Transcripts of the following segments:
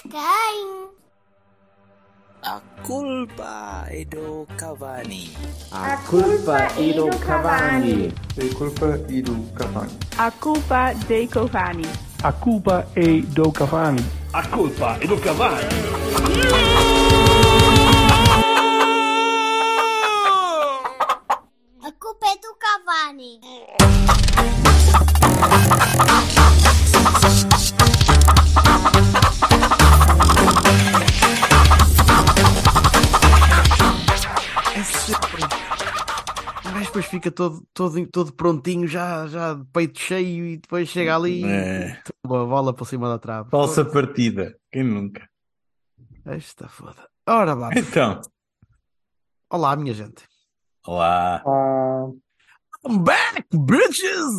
Quem? A culpa è do Cavani. A culpa è do Cavani. A culpa è do Cavani. A culpa dei Cavani. A culpa è do Cavani. A culpa è do Cavani. A culpa é do Cavani. É sempre. O gajo depois fica todo prontinho, já de peito cheio, e depois chega ali e toma a bola para cima da trave. Falsa partida. Quem nunca? Esta foda. Ora, vamos. Então. Olá, minha gente. Olá. I'm back, bitches!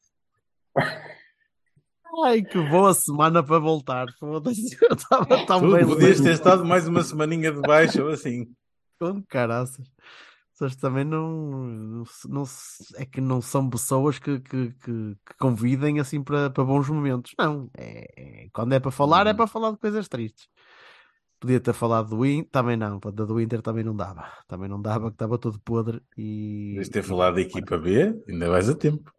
Ai, que boa semana para voltar. Foda-se. Eu estava tão Tu bem. podias ter estado mais uma semaninha de baixo, assim. Com caraças. Vocês também não é que não são pessoas que convidem assim para bons momentos. Não. Quando é para falar, é para falar de coisas tristes. Podia ter falado do Inter, também não. Da do Inter também não dava. Também não dava, que estava todo podre. Podias ter falado da equipa B, ainda vais a tempo.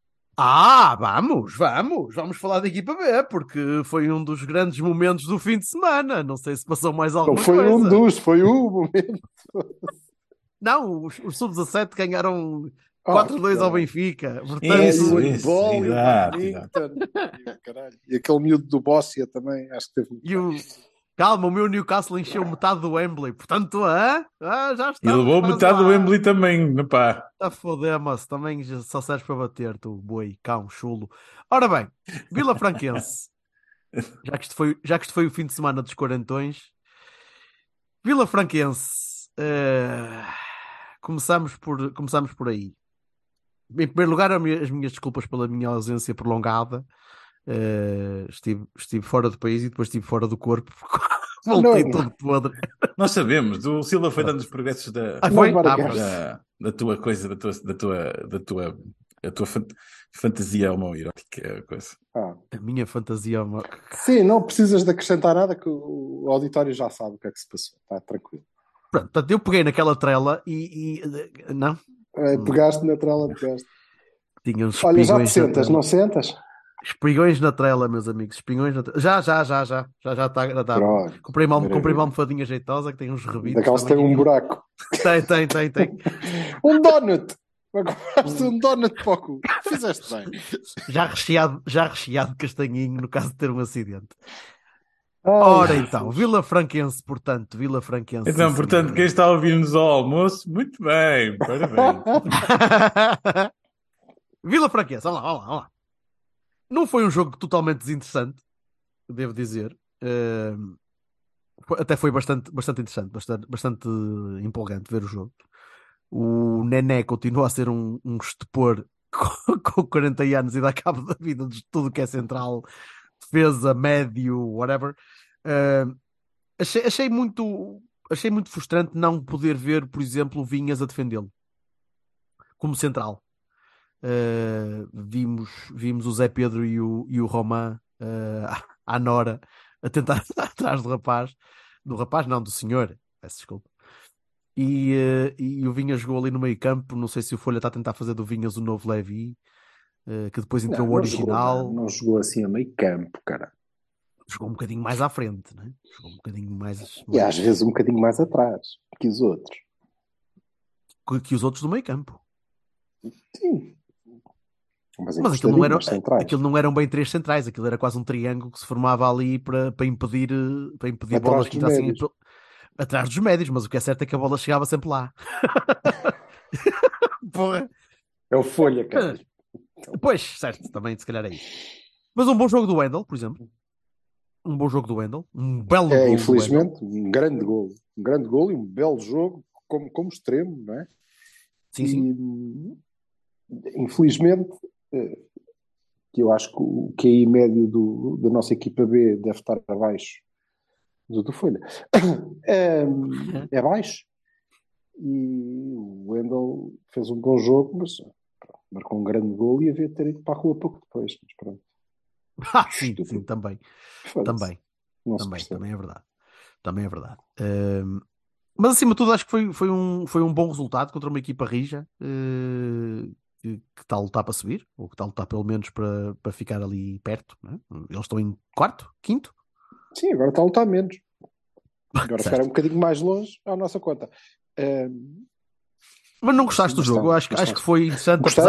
Vamos falar da equipa B, porque foi um dos grandes momentos do fim de semana. Não sei se passou mais alguma coisa. Foi o momento. Não, os sub-17 ganharam 4-2 ao Benfica. Portanto, Isso, exato. E aquele miúdo do Bóssia também, acho que teve. Calma, o meu Newcastle encheu metade do Wembley. Portanto, já está. E levou metade do Wembley também, pá. Está a foder-se, também só serves para bater, tu boi, cão, chulo. Ora bem, Vila Franquense. já que isto foi o fim de semana dos quarentões. Vila Franquense. Começamos por aí. Em primeiro lugar, as minhas desculpas pela minha ausência prolongada. Estive fora do país e depois estive fora do corpo. Voltei todo podre. Nós sabemos, o Silva foi dando os progressos da tua coisa, da tua fantasia homoerótica. Coisa. A minha fantasia homoerótica. Sim, não precisas de acrescentar nada, que o auditório já sabe o que é que se passou. Está tranquilo. Pronto, portanto, eu peguei naquela trela e não? Pegaste na trela, pegaste. Tinha uns Olha, já te sentas, não sentas? Espigões na trela, meus amigos. Espigões na trela. Já está. Comprei uma almofadinha jeitosa que tem uns rebitos. Daquelas tem um buraco. Tem. Um donut! Compraste um donut para o cu. Fizeste bem. Já recheado de castanhinho no caso de ter um acidente. Ora então, Vila Franquense, portanto. Então, portanto, quem está a ouvir-nos ao almoço, muito bem, parabéns. Vila Franquense, vamos lá. Não foi um jogo totalmente desinteressante, devo dizer. Até foi bastante interessante, bastante empolgante ver o jogo. O Nené continua a ser um estupor com 40 anos e dá cabo da vida de tudo que é central, defesa, médio, whatever. Achei muito frustrante não poder ver, por exemplo, o Vinhas a defendê-lo como central. Vimos o Zé Pedro e o Román à Nora a tentar atrás do senhor, peço desculpa, e o Vinhas jogou ali no meio campo. Não sei se o Folha está a tentar fazer do Vinhas o novo Levi, que depois entrou o original. Não jogou assim a meio campo, cara. Jogou um bocadinho mais à frente, né? Jogou um bocadinho mais... E às vezes um bocadinho mais atrás que os outros. Que os outros do meio campo. Sim. Mas aquilo não eram bem três centrais, aquilo era quase um triângulo que se formava ali para impedir bolas que entrassem atrás dos médios, mas o que é certo é que a bola chegava sempre lá. Porra. É o Folha, cara. Pois, certo, também se calhar é isso. Mas um bom jogo do Wendel, por exemplo. Um bom jogo do Wendel. Um belo gol. Infelizmente, um grande gol. Um grande gol e um belo jogo como extremo, não é? Sim. Infelizmente, que eu acho que o QI médio da nossa equipa B deve estar abaixo do Folha. É baixo. E o Wendel fez um bom jogo, mas marcou um grande gol e havia de ter ido para a rua pouco depois. Mas pronto. Sim, também. Não se percebe. Também é verdade. Também é verdade. Mas acima de tudo acho que foi um bom resultado contra uma equipa rija que está a lutar para subir, ou que está a lutar pelo menos para ficar ali perto, não é? Eles estão em quarto, quinto? Sim, agora está a lutar menos. Agora ficar um bocadinho mais longe à nossa conta. Mas não gostaste do jogo? Acho que foi interessante. Gostei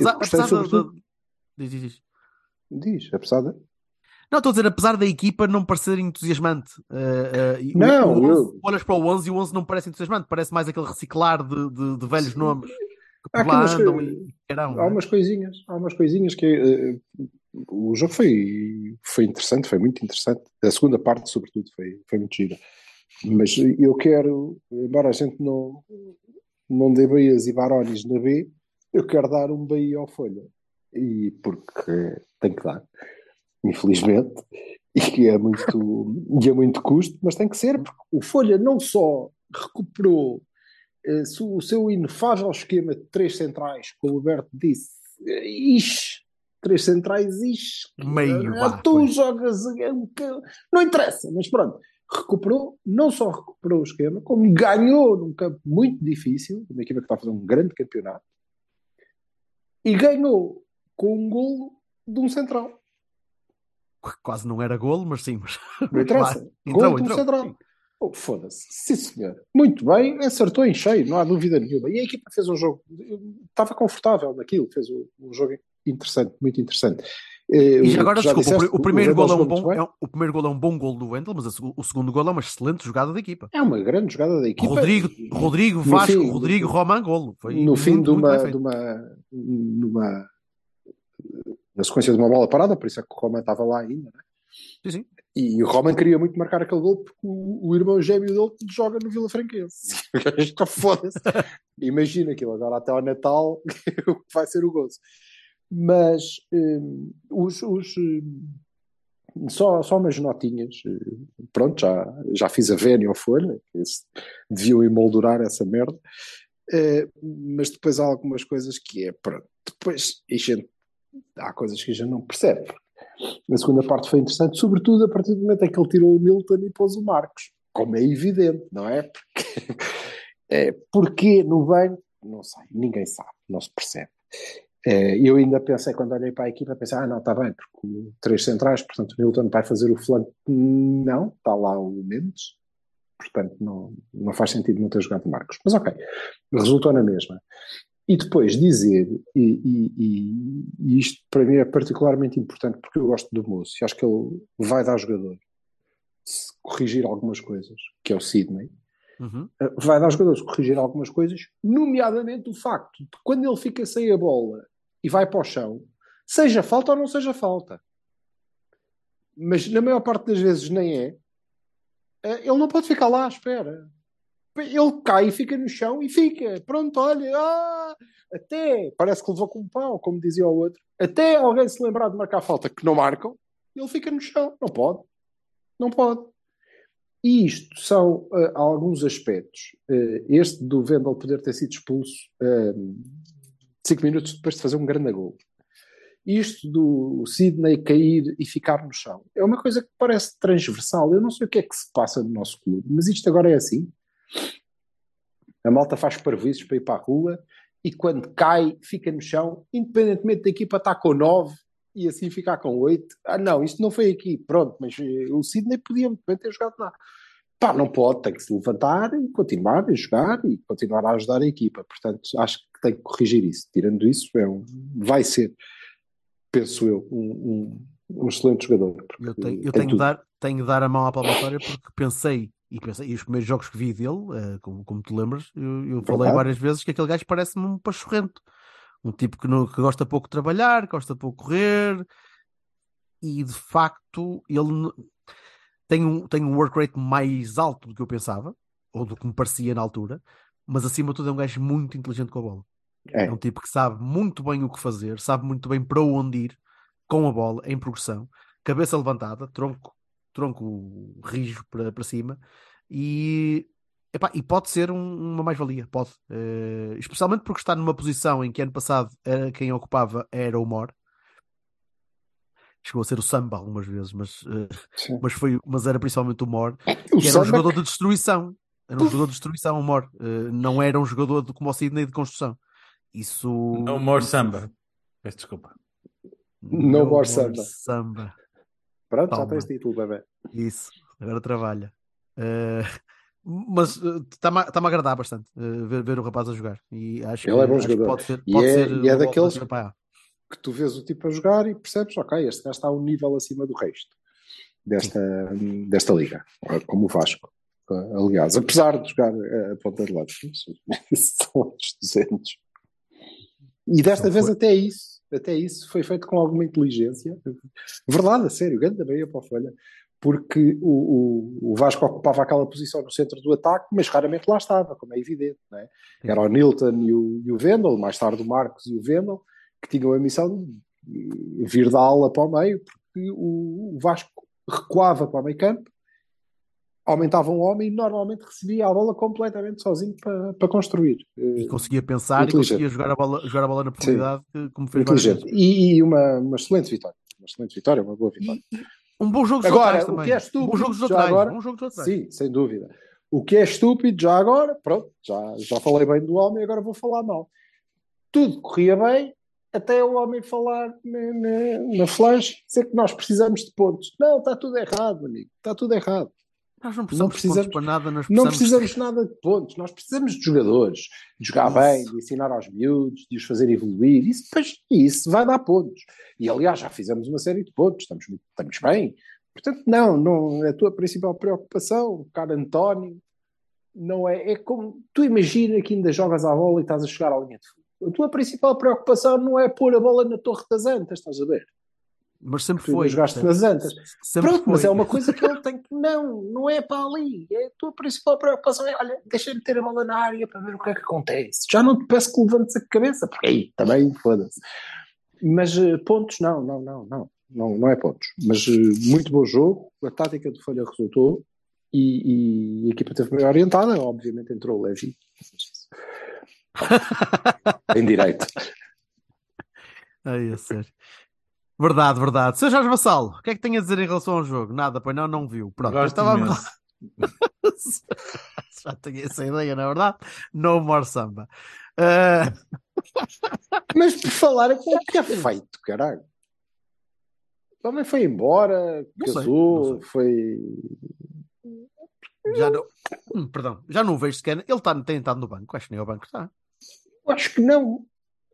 Diz, apesar de... Não, estou a dizer, apesar da equipa não parecer entusiasmante. Olhas para o 11 e o 11 não parece entusiasmante, parece mais aquele reciclar de velhos nomes que por lá andam e eram. Há umas coisinhas que o jogo foi interessante, foi muito interessante. A segunda parte, sobretudo, foi muito gira. Mas eu quero, embora a gente não dê Baias e Barones na B, eu quero dar um Bahia ao Folha. E porque tem que dar. Infelizmente, e que é muito custo, mas tem que ser, porque o Folha não só recuperou o seu inefável esquema de 3 centrais, como o Alberto disse, 3 centrais, meio, tu jogas, não interessa, mas pronto, não só recuperou o esquema, como ganhou num campo muito difícil, uma equipa que está a fazer um grande campeonato, e ganhou com um golo de um central. Quase não era golo, mas sim. Não interessa. Golo de um central. Foda-se. Sim, senhor. Muito bem, acertou em cheio, não há dúvida nenhuma. E a equipa fez um jogo, estava confortável naquilo, fez um jogo interessante, muito interessante. E já agora, desculpa, o primeiro golo é um bom golo do Wendel, mas o segundo golo é uma excelente jogada da equipa. É uma grande jogada da equipa. Rodrigo Vasco, Rodrigo Roman, golo. Foi no fim na sequência de uma bola parada, por isso é que o Roman estava lá ainda, né? Sim. E o Roman queria muito marcar aquele gol porque o irmão gêmeo dele joga no Vila Franquense. Isto foda-se. Imagina aquilo agora até ao Natal vai ser o gozo. Mas só umas notinhas. Pronto, já fiz a vénia ao Folha, deviam emoldurar essa merda. Mas depois há algumas coisas que pronto. Depois há coisas que a gente não percebe. Na segunda parte foi interessante, sobretudo a partir do momento em que ele tirou o Milton e pôs o Marcos, como é evidente, não é? Porquê no banco? Não sei, ninguém sabe, não se percebe. Eu ainda pensei, quando olhei para a equipa, pensei, não, está bem, porque 3 centrais, portanto o Milton vai fazer o flanco. Não, está lá o Mendes, portanto não faz sentido não ter jogado o Marcos. Mas ok, resultou na mesma. E depois dizer, e isto para mim é particularmente importante porque eu gosto do moço, e acho que ele vai dar jogador, se corrigir algumas coisas, que é o Sidney, vai dar jogadores corrigir algumas coisas, nomeadamente o facto de quando ele fica sem a bola e vai para o chão, seja falta ou não seja falta, mas na maior parte das vezes nem ele não pode ficar lá à espera. Ele cai e fica no chão e fica, pronto, olha, até, parece que levou com um pau, como dizia o outro, até alguém se lembrar de marcar falta que não marcam, ele fica no chão, não pode. E isto são alguns aspectos. Este do Wendel poder ter sido expulso 5 minutos depois de fazer um grande gol. Isto do Sidney cair e ficar no chão. É uma coisa que parece transversal. Eu não sei o que é que se passa no nosso clube, mas isto agora é assim. A malta faz parvoíces para ir para a rua e quando cai, fica no chão, independentemente da equipa estar com 9 e assim ficar com 8. Não, isto não foi aqui, pronto, mas o Sidney podia muito bem ter jogado lá. Não pode, tem que se levantar e continuar a jogar e continuar a ajudar a equipa. Portanto, acho que tem que corrigir isso. Tirando isso, vai ser, penso eu, um excelente jogador. Eu tenho de dar a mão à palmatória porque pensei, e os primeiros jogos que vi dele, como tu lembras, eu falei várias vezes que aquele gajo parece-me um pachorrento. Um tipo que gosta pouco de trabalhar, gosta pouco de correr, e de facto ele tem um work rate mais alto do que eu pensava, ou do que me parecia na altura, mas acima de tudo é um gajo muito inteligente com a bola. É um tipo que sabe muito bem o que fazer, sabe muito bem para onde ir com a bola, em progressão, cabeça levantada, tronco rijo para cima, e pode ser uma mais-valia, pode. Especialmente porque está numa posição em que ano passado quem ocupava era o Mor, chegou a ser o Samba algumas vezes, Sim. mas era principalmente o Mor, O que era um Samba jogador de destruição. Era um jogador de destruição, o Mor. Não era um jogador como o Sidney de construção. Isso. No more samba. Peço desculpa. No more samba. Samba. Pronto, Toma. já tens título, bebê. Isso, agora trabalha. Mas está-me a agradar bastante ver o rapaz a jogar. E acho Ele é bom que jogador. pode ser E é uma boa daqueles alternativa para A. que tu vês o tipo a jogar e percebes, ok, este gajo está a um nível acima do resto desta liga, como o Vasco. Aliás, apesar de jogar a ponta de lado, são os 200. E desta vez até isso foi feito com alguma inteligência. Verdade, a sério, grande meia para a folha. Porque o Vasco ocupava aquela posição no centro do ataque, mas raramente lá estava, como é evidente. Não é? Era o Nilton e o Wendel, mais tarde o Marcos e o Wendel, que tinham a missão de vir da ala para o meio, porque o Vasco recuava para o meio campo, aumentava um homem e normalmente recebia a bola completamente sozinho para construir. E conseguia pensar e conseguia jogar a bola na profundidade, como fez várias vezes. E uma excelente vitória. Uma excelente vitória, uma boa vitória. Um bom jogo dos agora, laterais também. O que é estúpido, um bom jogo dos já laterais. agora, Um jogo dos laterais. sim, sem dúvida. O que é estúpido já agora, pronto, já falei bem do homem, agora vou falar mal. Tudo corria bem, até o homem falar na flash, dizer que nós precisamos de pontos. Não, está tudo errado, amigo, está tudo errado. Nós não precisamos de pontos para nada. Não precisamos nada de pontos, nós precisamos de jogadores, de jogar bem, de ensinar aos miúdos, de os fazer evoluir, isso vai dar pontos. E aliás, já fizemos uma série de pontos, estamos bem. Portanto, não, a tua principal preocupação, caro António, não é como, tu imagina que ainda jogas à bola e estás a chegar à linha de fundo. A tua principal preocupação não é pôr a bola na Torre das Antas, estás a ver? Mas sempre tu foi. Jogaste nas Antas. Pronto, foi. Mas é uma coisa que ele tem que... Não é para ali. A tua principal preocupação é, olha, deixa-me ter a bola na área para ver o que é que acontece. Já não te peço que levantes a cabeça, porque aí também foda-se. Mas pontos, não é pontos. Mas muito bom jogo, a tática do Folha resultou e a equipa esteve bem orientada. Obviamente entrou o Levi. Em direito. Ai, é sério. Verdade. Sr. Jorge Vassalo, o que é que tem a dizer em relação ao jogo? Nada, pois não viu. Pronto, já tinha essa ideia, na verdade. No more samba. Mas por falar, o que é feito, caralho? O homem foi embora, casou, foi... Já não vejo sequer. Ele tem estado no banco, acho que nem o banco está. Acho que não.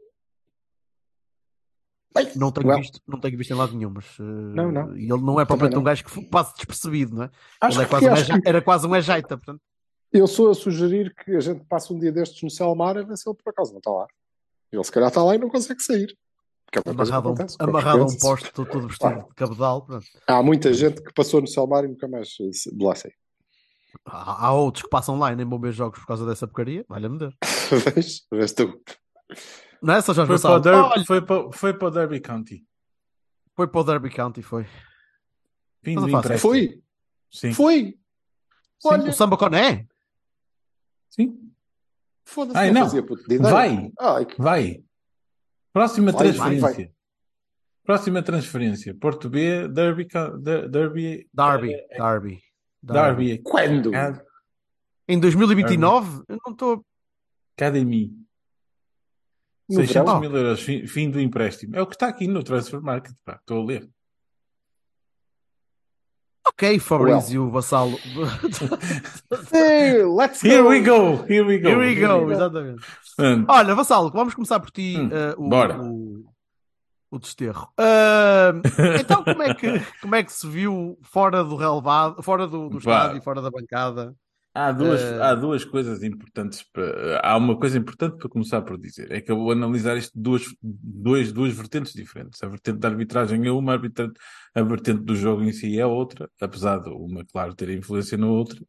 Não tenho visto em lado nenhum, mas não. E ele não é propriamente um gajo que passe despercebido, não é? Acho ele era quase um ajeita, portanto. Eu sou a sugerir que a gente passe um dia destes no Selmar a ver se ele por acaso não está lá. Ele se calhar está lá e não consegue sair. Amarrado a um poste todo vestido de cabedal. Pronto. Há muita gente que passou no Selmar e nunca mais de lá saiu. Há outros que passam lá e nem vão ver jogos por causa dessa porcaria. Valha-me Deus. Vês tu. Não é só Jorge foi para o Derby County. Foi para o Derby County, foi. Fim do empréstimo. Foi? Sim. Foi? Olha... O Samba Coné? Sim. Foda-se. Não. Vai. Próxima transferência. Próxima transferência. Porto B, Derby. Quando? Em 2029? Eu não estou... Academy. 600 mil euros, fim do empréstimo. É o que está aqui no Transfer Market. Estou a ler. Ok, Fabrício Vassalo. Hey, let's go. Here we go. Exatamente. Olha, Vassalo, vamos começar por ti o desterro. Então, como é que se viu fora do relevado, fora do estádio, fora da bancada? Há duas coisas importantes. Há uma coisa importante para começar por dizer. É que eu vou analisar isto de duas vertentes diferentes. A vertente da arbitragem é uma, a vertente do jogo em si é outra. Apesar de uma, claro, ter influência na outra.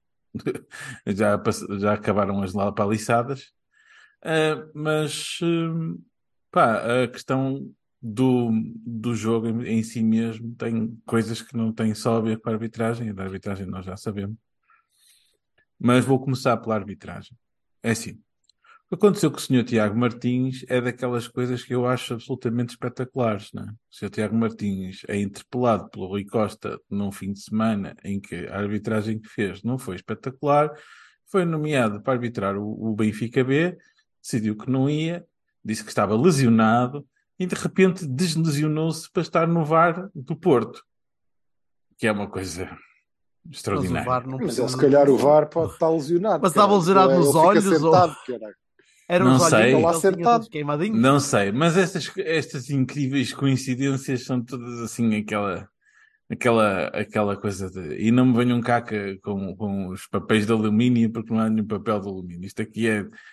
Já acabaram as lapaliçadas. Mas a questão do jogo em si mesmo tem coisas que não têm só a ver com a arbitragem. A da arbitragem nós já sabemos. Mas vou começar pela arbitragem. É assim. O que aconteceu com o Sr. Tiago Martins é daquelas coisas que eu acho absolutamente espetaculares, não é? O Sr. Tiago Martins é interpelado pelo Rui Costa num fim de semana em que a arbitragem que fez não foi espetacular, foi nomeado para arbitrar o Benfica B, decidiu que não ia, disse que estava lesionado e de repente deslesionou-se para estar no VAR do Porto, que é uma coisa Mas o extraordinária. VAR não Mas precisa ele, se calhar, o de... VAR pode estar lesionado. Mas estava lesionado nos Ele olhos fica ou sentado, caralho. eram Não os sei. olhinhos que Lá ele tinha sentado. todos queimadinhos? Não sei, mas estas incríveis coincidências são todas assim aquela coisa de... E não me venham cá com os papéis de alumínio, porque não há nenhum papel de alumínio. Isto aqui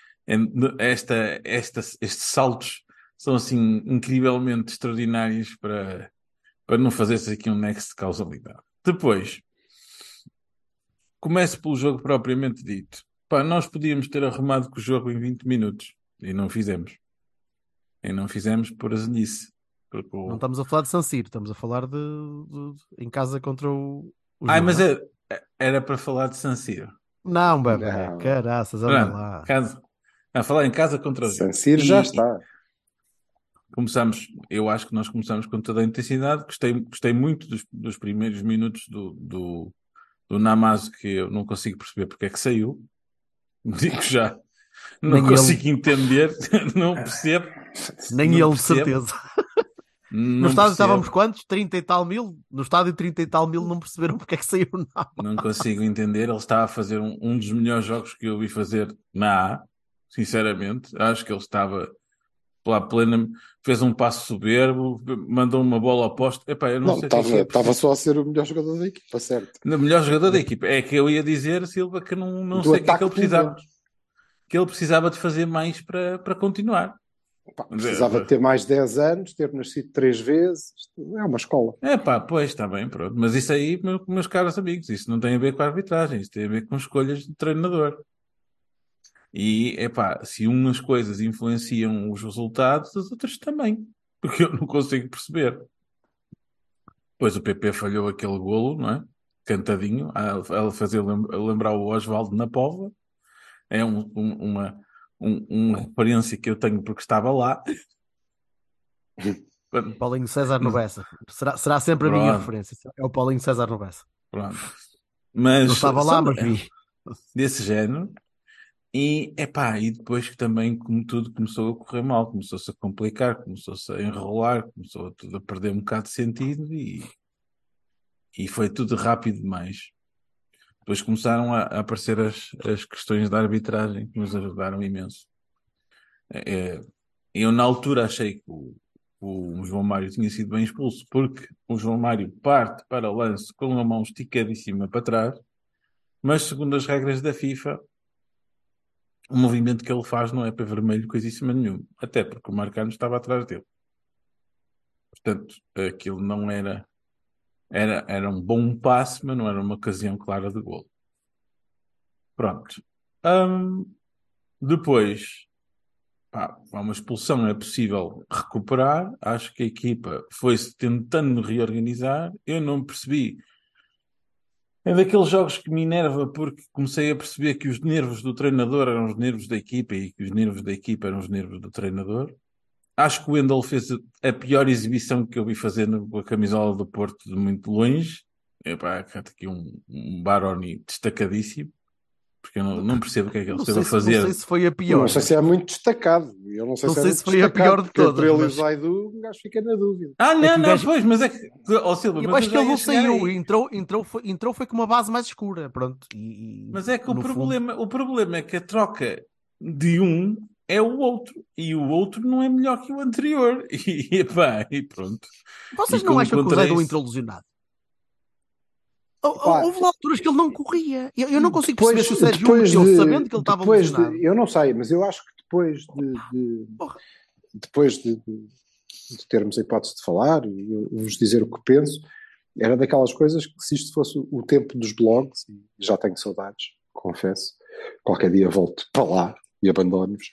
estes saltos são assim incrivelmente extraordinários para não fazer-se aqui um nexo de causalidade. Depois, começo pelo jogo propriamente dito. Pá, nós podíamos ter arrumado com o jogo em 20 minutos e não fizemos. E não fizemos por azelice. Porque Não estamos a falar de San Siro, estamos a falar em casa contra o Ai, Gil, mas não é? era para falar de San Siro. Não, bebê, Não. caraças, anda Pronto, lá. a falar em casa contra o Gil. San Siro já está. Começamos, eu acho que nós começamos com toda a intensidade. Gostei muito dos primeiros minutos do Namazo, que eu não consigo perceber porque é que saiu. Digo já, não Nem consigo entender, não percebo. Nem não ele, de percebo, certeza. No Não estádio estávamos percebo, quantos? 30 e tal mil? No estádio 30 e tal mil não perceberam porque é que saiu nada. não consigo entender. Ele está a fazer um dos melhores jogos que eu vi fazer na A, sinceramente. Acho que ele estava lá plena, fez um passo soberbo, mandou uma bola ao poste. Epá, eu não Não, sei o que é que é estava preciso. só a ser o melhor jogador da equipa, certo? O melhor jogador da equipa. É que eu ia dizer, Silva, que não Do sei o que é que ataque, ele pelo precisava. menos. Que ele precisava de fazer mais para continuar. Pá, precisava de ter mais 10 anos, ter nascido 3 vezes. Isto é uma escola. Pá, pois, está bem, pronto. Mas isso aí, meus caros amigos, isso não tem a ver com a arbitragem, isso tem a ver com escolhas de treinador. E, pá, se umas coisas influenciam os resultados, as outras também. Porque eu não consigo perceber. Pois o PP falhou aquele golo, não é? Cantadinho, a fazer lembrar o Osvaldo na Póvoa. É uma referência que eu tenho porque estava lá. Paulinho César no Bessa. Será sempre a minha Pronto, referência. É o Paulinho César no Bessa. pronto. Não Mas estava lá, mas vi. desse género. E depois que também, como tudo, começou a correr mal, começou-se a complicar, começou-se a enrolar, começou tudo a perder um bocado de sentido e foi tudo rápido demais. Depois começaram a aparecer as questões da arbitragem que nos ajudaram imenso. Eu, na altura, achei que o João Mário tinha sido bem expulso, porque o João Mário parte para o lance com a mão esticadíssima para trás, mas segundo as regras da FIFA, o movimento que ele faz não é para vermelho coisíssima nenhuma, até porque o Marcano estava atrás dele. Portanto, aquilo não era um bom passe, mas não era uma ocasião clara de golo. Pronto. Depois, uma expulsão é possível recuperar. Acho que a equipa foi-se tentando reorganizar. Eu não percebi. É daqueles jogos que me enerva porque comecei a perceber que os nervos do treinador eram os nervos da equipa e que os nervos da equipa eram os nervos do treinador. Acho que o Wendel fez a pior exibição que eu vi fazer com a camisola do Porto de muito longe. Está aqui um Baroni destacadíssimo, porque eu não percebo o que é que ele esteve a fazer. Não sei se foi a pior. Não sei se é muito destacado. Eu não sei se foi a pior de todas. Entre ele e o Zaidu, um gajo fica na dúvida. Pois, mas é que... Silva, eu acho que ele não saiu. Entrou foi com uma base mais escura. Pronto. Mas é que o problema é que a troca de um é o outro. E o outro não é melhor que o anterior. E pronto. Vocês não acham que o Zaidu entrou lesionado? Houve alturas que ele não corria. Eu não consigo perceber se o Sérgio meteu sabendo que ele estava lesionado. Eu não sei, mas eu acho que depois de termos a hipótese de falar e eu vos dizer o que penso, era daquelas coisas que, se isto fosse o tempo dos blogs, e já tenho saudades, confesso, qualquer dia volto para lá e abandono-vos,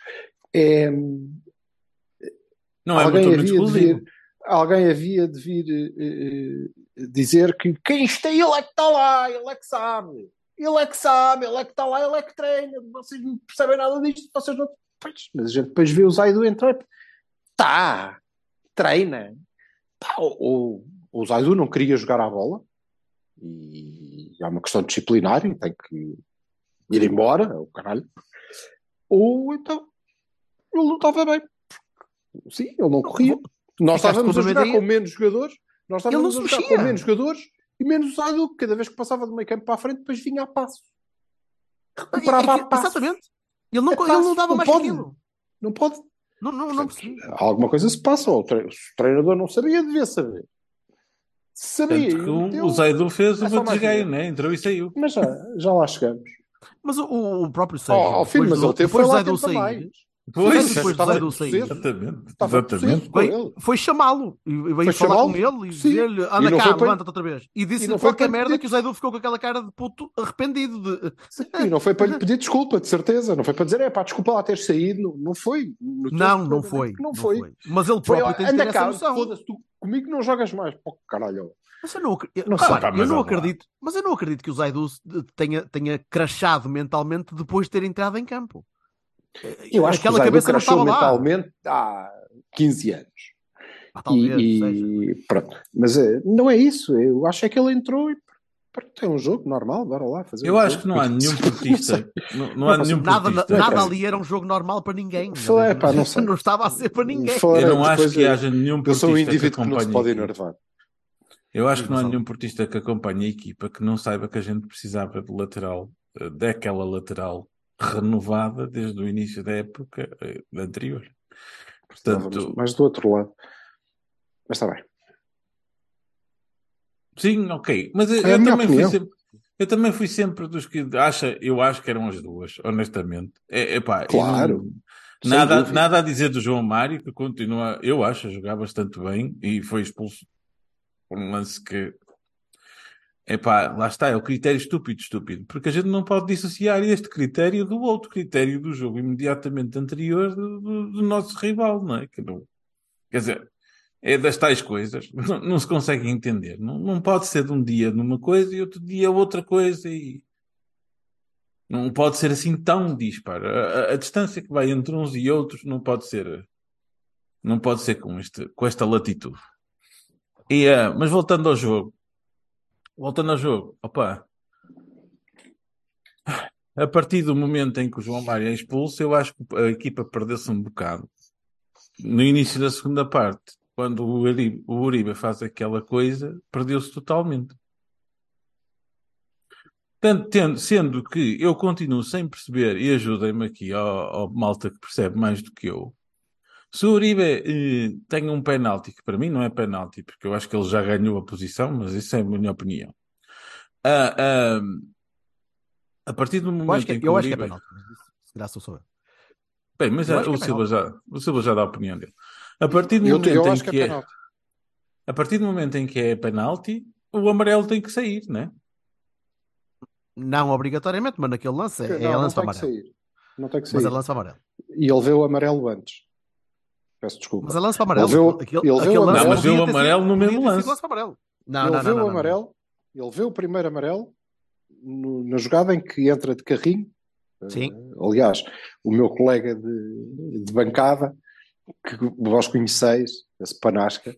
não é muito exclusivo. Alguém havia de vir dizer que quem está, ele é que está lá, ele é que sabe, ele é que está lá, ele é que treina, vocês não percebem nada disto, vocês não... Pois, mas a gente depois vê o Zaidu entrar. Tá, treina. Pá, o Zaidu não queria jogar à bola e é uma questão disciplinar e tem que ir embora, o caralho. Ou então ele não estava bem. Sim, ele não corria. Nós estávamos a jogar com menos jogadores. Nós estávamos a jogar com menos jogadores e menos o Zaidu. Cada vez que passava do meio campo para a frente, depois vinha a passo. Recuperava a passo. Exatamente. Ele não dava mais que aquilo. Não pode. Não percebi. Alguma coisa se passa. O treinador não sabia, devia saber. Sabia. Tanto que o Zaidu fez o desgaio, né? Entrou e saiu. Mas já lá chegamos. Mas o próprio Sérgio, filho, mas ele teve depois foi lá Zaidu sair. mais. Pois, Depois do Zaidu sair. Exatamente. Foi chamá-lo e veio falar com ele e dizer-lhe: anda cá, levanta-te outra vez. E disse-lhe qualquer merda que o Zaidu ficou com aquela cara de puto arrependido. E não foi para lhe pedir desculpa, de certeza. Não foi para dizer, desculpa lá ter saído. Não foi. Não foi. Mas ele próprio tem que ter essa noção. Foda-se, tu comigo não jogas mais. Pô, caralho. Mas eu não acredito. Mas eu não acredito que o Zaidu tenha crashado mentalmente depois de ter entrado em campo. Eu acho que o Zaidu crashou mentalmente há 15 anos. Talvez, pronto. Mas não é isso. Eu acho que ele entrou e tem um jogo normal, bora lá fazer. Eu acho que não há nenhum portista. Não há nenhum portista. Nada ali era um jogo normal para ninguém. Não estava a ser para ninguém. Eu não acho que haja nenhum portista. Eu sou um indivíduo que não se pode enervar. Eu acho que não há nenhum portista que acompanhe a equipa que não saiba que a gente precisava de lateral, daquela lateral renovada desde o início da época anterior. Portanto, mas do outro lado. Mas está bem. Sim, ok. Mas eu também fui sempre dos que eu acho que eram as duas, honestamente. Claro. Nada a dizer do João Mário, que continua, eu acho, a jogar bastante bem e foi expulso por um lance que lá está, é o critério estúpido, porque a gente não pode dissociar este critério do outro critério do jogo imediatamente anterior do nosso rival, não é? Quer dizer, é das tais coisas, não se consegue entender. Não pode ser de um dia numa coisa e outro dia outra coisa e não pode ser assim tão dispar. A distância que vai entre uns e outros não pode ser com esta latitude. Mas voltando ao jogo, a partir do momento em que o João Mário é expulso, eu acho que a equipa perdeu-se um bocado. No início da segunda parte, quando o Uribe faz aquela coisa, perdeu-se totalmente. Sendo que eu continuo sem perceber, e ajudem-me aqui ao malta que percebe mais do que eu, se o Uribe tem um penalti, que para mim não é penalti, porque eu acho que ele já ganhou a posição, mas isso é a minha opinião. A partir do momento em que eu acho que é penalti, se calhar sou eu. Bem, mas o Silva já dá a opinião dele. A partir do momento em que é penalti, o amarelo tem que sair, não é? Não obrigatoriamente, mas naquele lance é lance para amarelo. Não tem que sair. Mas é lance para amarelo. E ele vê o amarelo antes. Peço desculpa. Mas é lance para amarelo. Mas vê o amarelo no mesmo lance. Ele vê o primeiro amarelo na jogada em que entra de carrinho. Sim. Aliás, o meu colega de bancada, que vós conheceis, esse Panasca,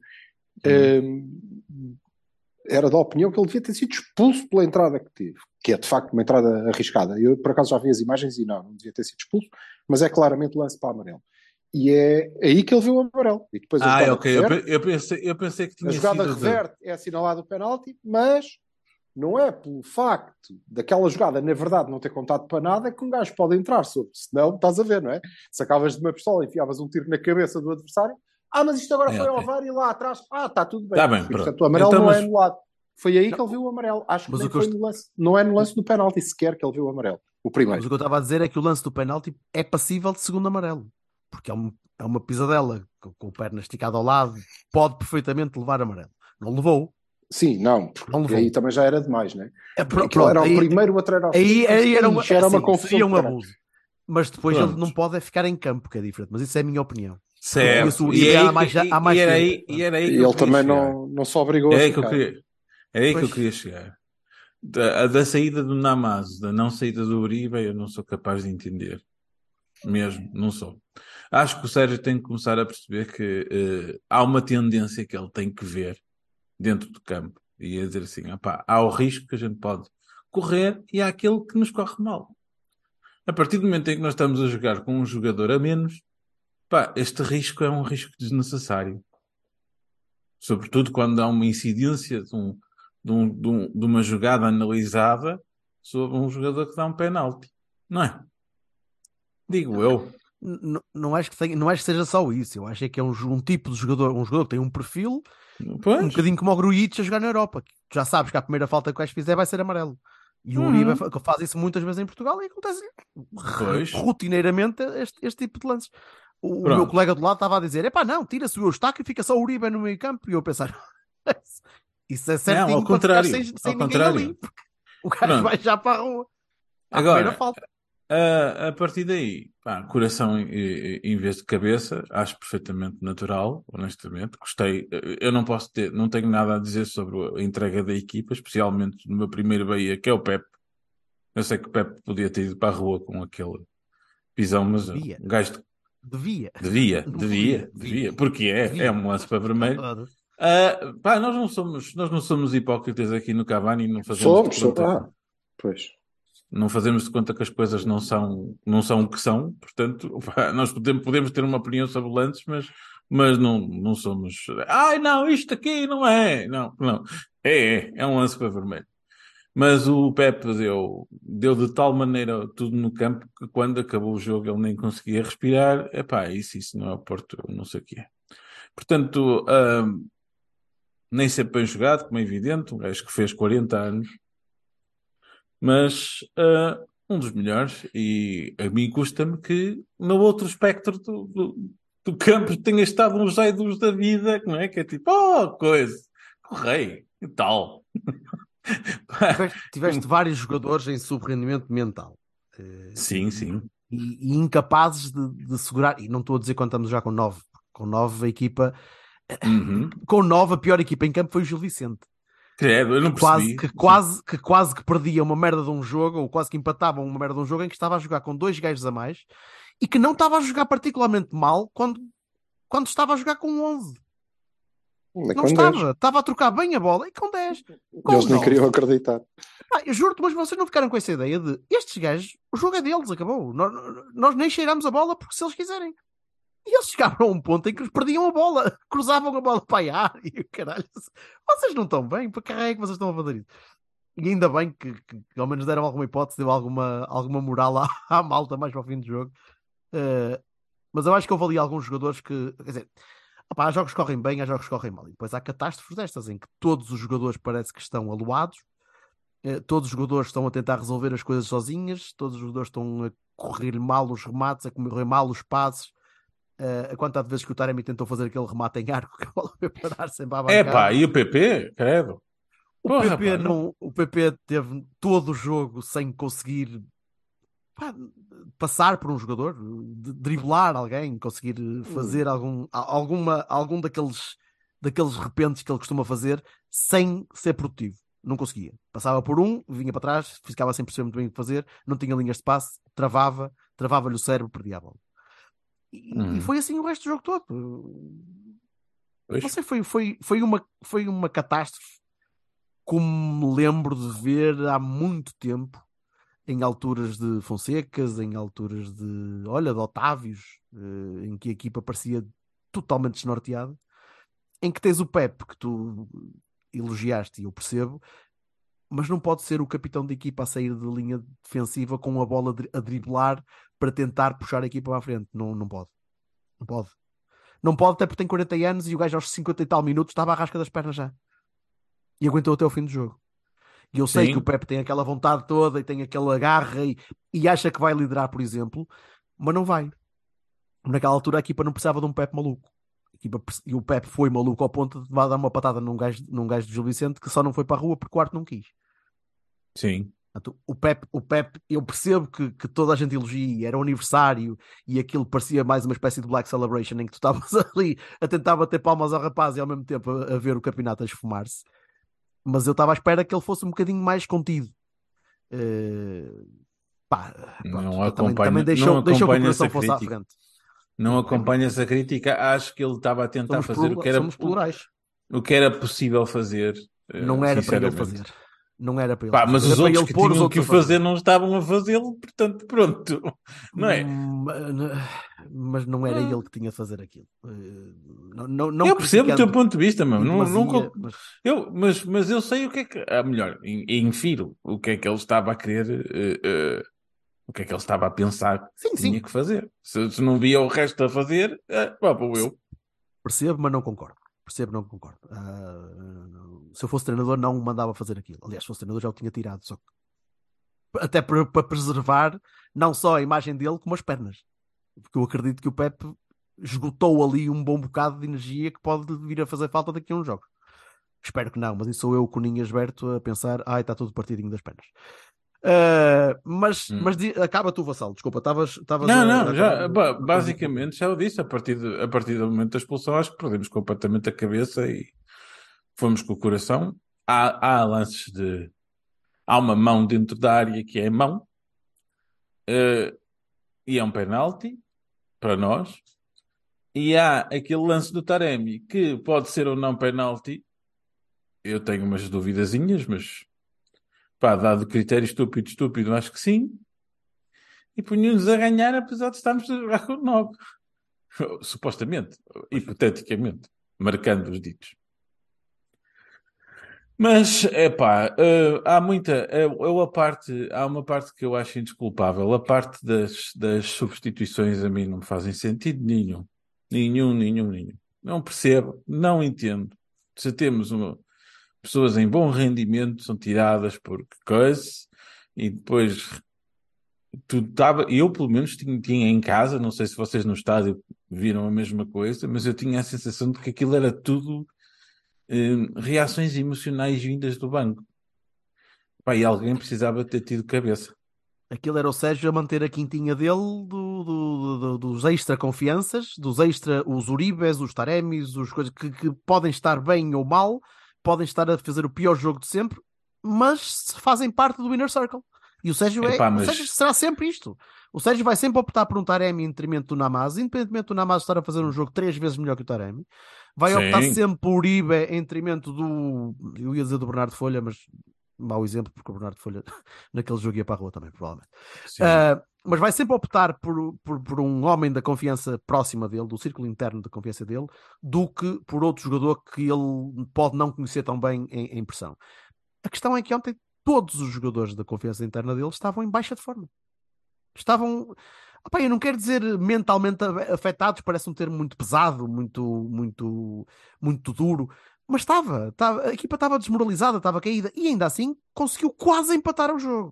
era da opinião que ele devia ter sido expulso pela entrada que teve, que é de facto uma entrada arriscada. Eu por acaso já vi as imagens e não devia ter sido expulso, mas é claramente lance para amarelo. E é aí que ele viu o amarelo. E depois ok. Eu pensei que tinha sido... A jogada reverte, é assinalado o penalti, mas não é pelo facto daquela jogada, na verdade, não ter contado para nada, que um gajo pode entrar sobre. Senão, estás a ver, não é? Sacavas de uma pistola e enfiavas um tiro na cabeça do adversário. Mas isto agora foi ao VAR e lá atrás. Está tudo bem. Está bem, e, portanto, o amarelo então, não é anulado. Foi aí que ele viu o amarelo. Acho que nem foi no lance. Não é no lance do penalti sequer que ele viu o amarelo. O primeiro. Mas o que eu estava a dizer é que o lance do penalti é passível de segundo amarelo. Porque é uma pisadela com o perna esticado ao lado. Pode perfeitamente levar amarelo. Não levou. Sim, porque aí também já era demais, não é? Era o primeiro, o outro era o segundo. Aí era uma confusão. Seria um abuso. Mas depois ele não pode ficar em campo, que é diferente. Mas isso é a minha opinião. Certo. E era aí que ele também não se obrigou a ficar. Era aí que eu queria chegar. Da saída do Namazo, da não saída do Uribe, eu não sou capaz de entender. Mesmo, não sou. Acho que o Sérgio tem que começar a perceber que há uma tendência que ele tem que ver dentro do campo e a dizer assim, opá, há o risco que a gente pode correr e há aquele que nos corre mal. A partir do momento em que nós estamos a jogar com um jogador a menos, pá, este risco é um risco desnecessário. Sobretudo quando há uma incidência de uma jogada analisada sobre um jogador que dá um penalti. Não é? Digo eu. Não acho que seja só isso. Eu acho é que é um tipo de jogador, um jogador que tem um perfil um Pois. bocadinho como o Grujic a jogar na Europa. Tu já sabes que a primeira falta que o gajo fizer vai ser amarelo. E o Uribe faz isso muitas vezes em Portugal e acontece Pois. rotineiramente este tipo de lances. O Pronto. meu colega do lado estava a dizer: epá, não, tira-se o Eustáquio e fica só o Uribe no meio campo. E eu a pensar: isso é certinho Não, ao para contrário. ficar sem Ao ninguém contrário. ali. Porque o gajo Pronto. vai já para a rua. À Agora, primeira falta. a partir daí, pá, coração em vez de cabeça, acho perfeitamente natural, honestamente. Gostei. Eu não tenho nada a dizer sobre a entrega da equipa, especialmente no meu primeiro Bahia, que é o Pepe. Eu sei que o Pepe podia ter ido para a rua com aquele pisão, mas Devia. o gajo Devia. devia, porque é um lance para vermelho. Pá, nós não somos hipócritas aqui no Cavani e não fazemos de conta. Pois. Não fazemos de conta que as coisas não são o que são, portanto, pá, nós podemos ter uma opinião sobre lances, mas não somos. Ai, não, isto aqui não é. Não. É um lance para vermelho. Mas o Pepe deu de tal maneira tudo no campo que quando acabou o jogo ele nem conseguia respirar. Epá, isso não é o Porto, eu não sei o que é. Portanto, nem sempre bem jogado, como é evidente, um gajo que fez 40 anos, mas um dos melhores, e a mim custa-me que no outro espectro do campo tenha estado um Zaidos da vida, não é? Que é tipo, coisa, correi e tal. Tiveste vários jogadores em subrendimento mental. Sim. E incapazes de segurar. E não estou a dizer quando estamos já com 9. Com 9 a equipa. Com 9 a pior equipa em campo foi o Gil Vicente. Credo, eu não percebi. Que quase que perdia uma merda de um jogo, ou quase que empatavam uma merda de um jogo em que estava a jogar com 2 gajos a mais e que não estava a jogar particularmente mal quando estava a jogar com 11. Não estava a trocar bem a bola e com 10. Eles nem queriam acreditar. Eu juro-te, mas vocês não ficaram com essa ideia de estes gajos, o jogo é deles, acabou. Nós nem cheiramos a bola porque se eles quiserem. E eles chegavam a um ponto em que perdiam a bola, cruzavam a bola para a área e caralho, vocês não estão bem, para que é que vocês estão a fazer isso? E ainda bem que ao menos deram alguma hipótese, deu alguma moral à malta mais para o fim do jogo. Mas eu acho que houve ali alguns jogadores que, quer dizer, há jogos que correm bem, há jogos que correm mal. E depois há catástrofes destas em que todos os jogadores parece que estão aluados, todos os jogadores estão a tentar resolver as coisas sozinhas, todos os jogadores estão a correr mal os remates, a correr mal os passes. A quantidade de vezes que o Taremi tentou fazer aquele remate em arco que a bola veio parar sempre à bancada. E o PP? Credo. O PP teve todo o jogo sem conseguir passar por um jogador, driblar alguém, conseguir fazer algum daqueles repentes que ele costuma fazer sem ser produtivo. Não conseguia. Passava por um, vinha para trás, ficava sem perceber muito bem o que fazer, não tinha linhas de passe, travava-lhe o cérebro, perdia a bola. E foi assim o resto do jogo todo. Pois. Não sei, foi uma catástrofe como me lembro de ver há muito tempo, em alturas de Fonsecas, em alturas de Otávios, em que a equipa parecia totalmente desnorteada, em que tens o Pepe, que tu elogiaste e eu percebo, mas não pode ser o capitão da equipa a sair de linha defensiva com a bola a driblar para tentar puxar a equipa para a frente. Não pode. Não pode, até porque tem 40 anos e o gajo aos 50 e tal minutos estava à rasca das pernas já. E aguentou até o fim do jogo. E eu sei que o Pepe tem aquela vontade toda e tem aquela garra e acha que vai liderar, por exemplo, mas não vai. Naquela altura a equipa não precisava de um Pepe maluco. E o Pepe foi maluco ao ponto de dar uma patada num gajo do Gil Vicente que só não foi para a rua porque o quarto não quis. Sim. Portanto, o Pepe, eu percebo que toda a gente elogia, era o aniversário e aquilo parecia mais uma espécie de Black Celebration em que tu estavas ali a tentar bater palmas ao rapaz e ao mesmo tempo a ver o campeonato a esfumar-se. Mas eu estava à espera que ele fosse um bocadinho mais contido. Pá, Não pronto, também acompanha, deixou não que o acompanha coração essa fosse à crítica. frente. Não acompanha essa crítica. Acho que ele estava a tentar fazer Somos plurais. o que era possível fazer, Não era para ele sinceramente. fazer. Não era para ele Pá, fazer. mas Era os para outros ele que pôr os tinham outros que a o fazer fazer. não estavam a fazê-lo, portanto, pronto. Não é? Mas não era ele que tinha de fazer aquilo. Não Eu percebo o teu criticando ponto de vista, meu. em Não, demasia, mas eu sei o que é que. Melhor, infiro o que é que ele estava a querer, o que é que ele estava a pensar que Sim. tinha que fazer. Se não via o resto a fazer, vou eu. Percebo, mas não concordo. Se eu fosse treinador, não o mandava fazer aquilo. Aliás, se fosse treinador, já o tinha tirado. Só que... Até para preservar não só a imagem dele, como as pernas. Porque eu acredito que o Pep esgotou ali um bom bocado de energia que pode vir a fazer falta daqui a uns jogos. Espero que não, mas isso sou eu com o Ninho Esberto a pensar, está tudo partidinho das pernas. Mas acaba tu, Vassalo, desculpa, estavas Não, já, acabar basicamente já o disse, a partir do momento da expulsão, acho que perdemos completamente a cabeça e fomos com o coração. Há lances de. Há uma mão dentro da área que é mão, e é um penalti para nós. E há aquele lance do Taremi que pode ser ou não penalti. Eu tenho umas duvidazinhas, mas pá, dado critério estúpido, acho que sim. E punham-nos a ganhar, apesar de estarmos a jogar com 9. Supostamente, hipoteticamente, marcando os ditos. Mas, há uma parte que eu acho indesculpável. A parte das substituições a mim não me fazem sentido nenhum. Nenhum. Não percebo, não entendo. Se temos pessoas em bom rendimento, são tiradas por coisa, e depois eu pelo menos tinha em casa, não sei se vocês no estádio viram a mesma coisa, mas eu tinha a sensação de que aquilo era tudo reações emocionais vindas do banco. Pá, e alguém precisava ter tido cabeça. Aquilo era o Sérgio a manter a quintinha dele dos extra confianças, os Uribes, os Taremis, os coisas que podem estar bem ou mal, podem estar a fazer o pior jogo de sempre, mas fazem parte do Inner Circle. E o Sérgio o Sérgio será sempre isto. O Sérgio vai sempre optar por um Taremi em detrimento do Namaz, independentemente do Namaz estar a fazer um jogo 3 vezes melhor que o Taremi. Vai optar sempre por Uribe em detrimento eu ia dizer do Bernardo Folha, mas mau exemplo, porque o Bernardo Folha naquele jogo ia para a rua também, provavelmente. Mas vai sempre optar por um homem da confiança próxima dele, do círculo interno da confiança dele, do que por outro jogador que ele pode não conhecer tão bem em pressão. A questão é que ontem todos os jogadores da confiança interna dele estavam em baixa de forma. Estavam... eu não quero dizer mentalmente afetados, parece um termo muito pesado, muito duro, mas a equipa estava desmoralizada, estava caída, e ainda assim conseguiu quase empatar o jogo.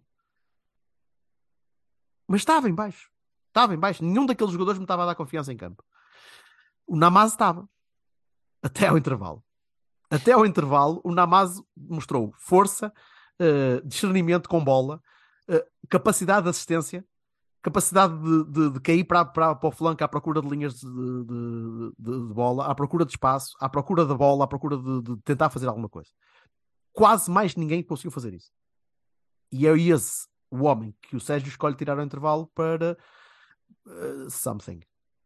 Mas estava em baixo. Nenhum daqueles jogadores me estava a dar confiança em campo. O Namaz estava. Até ao intervalo. O Namaz mostrou força, discernimento com bola, capacidade de assistência, capacidade de cair para o flanco à procura de linhas de bola, à procura de espaço, à procura da bola, à procura de tentar fazer alguma coisa. Quase mais ninguém conseguiu fazer isso. E é esse o homem que o Sérgio escolhe tirar ao intervalo para something.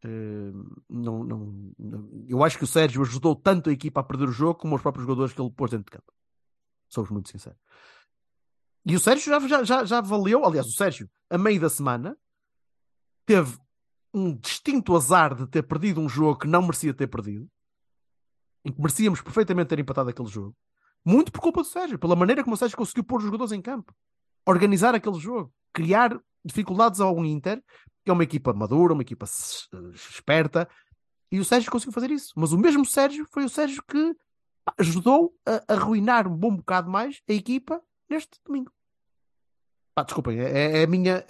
Eu acho que o Sérgio ajudou tanto a equipa a perder o jogo como os próprios jogadores que ele pôs dentro de campo. Somos muito sinceros. E o Sérgio já valeu. Aliás, o Sérgio, a meio da semana, teve um distinto azar de ter perdido um jogo que não merecia ter perdido, em que merecíamos perfeitamente ter empatado aquele jogo, muito por culpa do Sérgio, pela maneira como o Sérgio conseguiu pôr os jogadores em campo, organizar aquele jogo, criar dificuldades ao Inter, que é uma equipa madura, uma equipa esperta, e o Sérgio conseguiu fazer isso. Mas o mesmo Sérgio foi o Sérgio que ajudou a arruinar um bom bocado mais a equipa neste domingo. Desculpem, é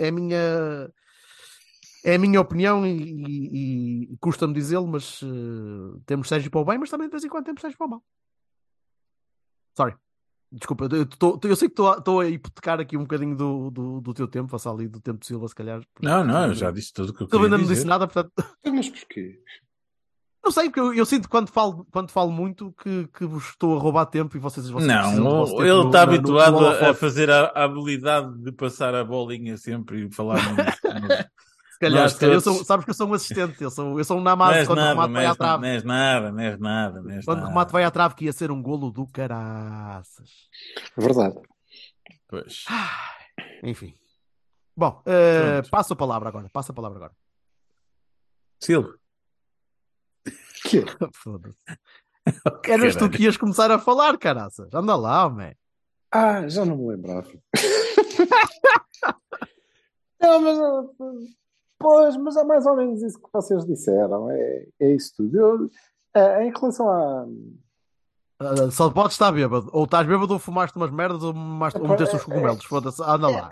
a minha opinião e custa-me dizê-lo, mas temos Sérgio para o bem, mas também de vez em quando temos Sérgio para o mal. Sorry. Desculpa, eu sei que estou a hipotecar aqui um bocadinho do teu tempo, faça ali do tempo de Silva, se calhar. Não, eu já disse tudo o que eu queria ainda dizer. não disse nada, portanto... Mas porquê? Não sei, porque eu sinto que quando falo muito que vos estou a roubar tempo e vocês precisam do vosso Não, tempo ele está habituado a holofote. fazer a habilidade de passar a bolinha sempre e falar Se calhar, Nós todos- sabes que eu sou um assistente, eu sou um Não namaz és quando o nada, remate não vai à és nada, trave. não és nada, não és nada, não és Quando o remate nada. vai à trave, que ia ser um golo do caraças. Verdade. Pois. Enfim. Bom, Pronto. passo a palavra agora. Silvio. Que? Foda-se. Eras tu que ias começar a falar, caraças. Anda lá, homem. Já não me lembrava. Não, mas é mais ou menos isso que vocês disseram. É isso tudo. Em relação Só podes estar bêbado. Ou estás bêbado ou fumaste umas merdas ou meteste uns cogumelos. Foda-se. Anda lá.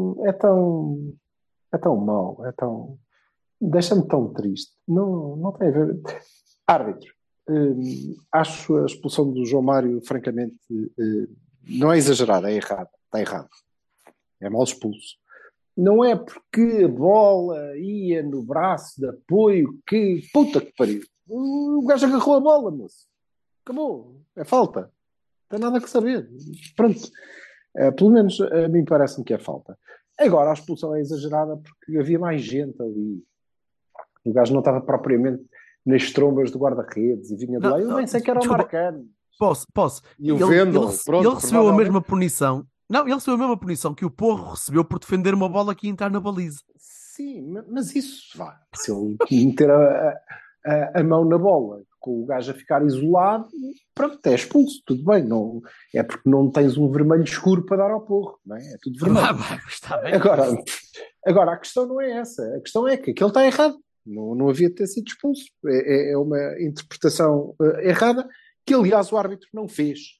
é tão mau, deixa-me tão triste. Não tem a ver. Árbitro. Acho a expulsão do João Mário, francamente, não é exagerada, é errada. Está errado. É mal expulso. Não é porque a bola ia no braço de apoio que... Puta que pariu. O gajo agarrou a bola, moço. Acabou. É falta. Não tem nada que saber. Pronto. Pelo menos a mim parece-me que é falta. Agora, a expulsão é exagerada porque havia mais gente ali. O gajo não estava propriamente nas trombas do guarda-redes e vinha de lá. Eu nem sei que era o Marcano. Posso. E o Vendel, ele recebeu a mesma punição. Não, ele recebeu a mesma punição que o Porro recebeu por defender uma bola que ia entrar na baliza. Sim, mas isso vá. Se ele meter a mão na bola com o gajo a ficar isolado, pronto, é expulso, tudo bem. Não, é porque não tens um vermelho escuro para dar ao Porro, não é? É tudo vermelho. Está bem. Agora, a questão não é essa. A questão é que aquele está errado. Não havia de ter sido expulso. É uma interpretação errada que, aliás, o árbitro não fez.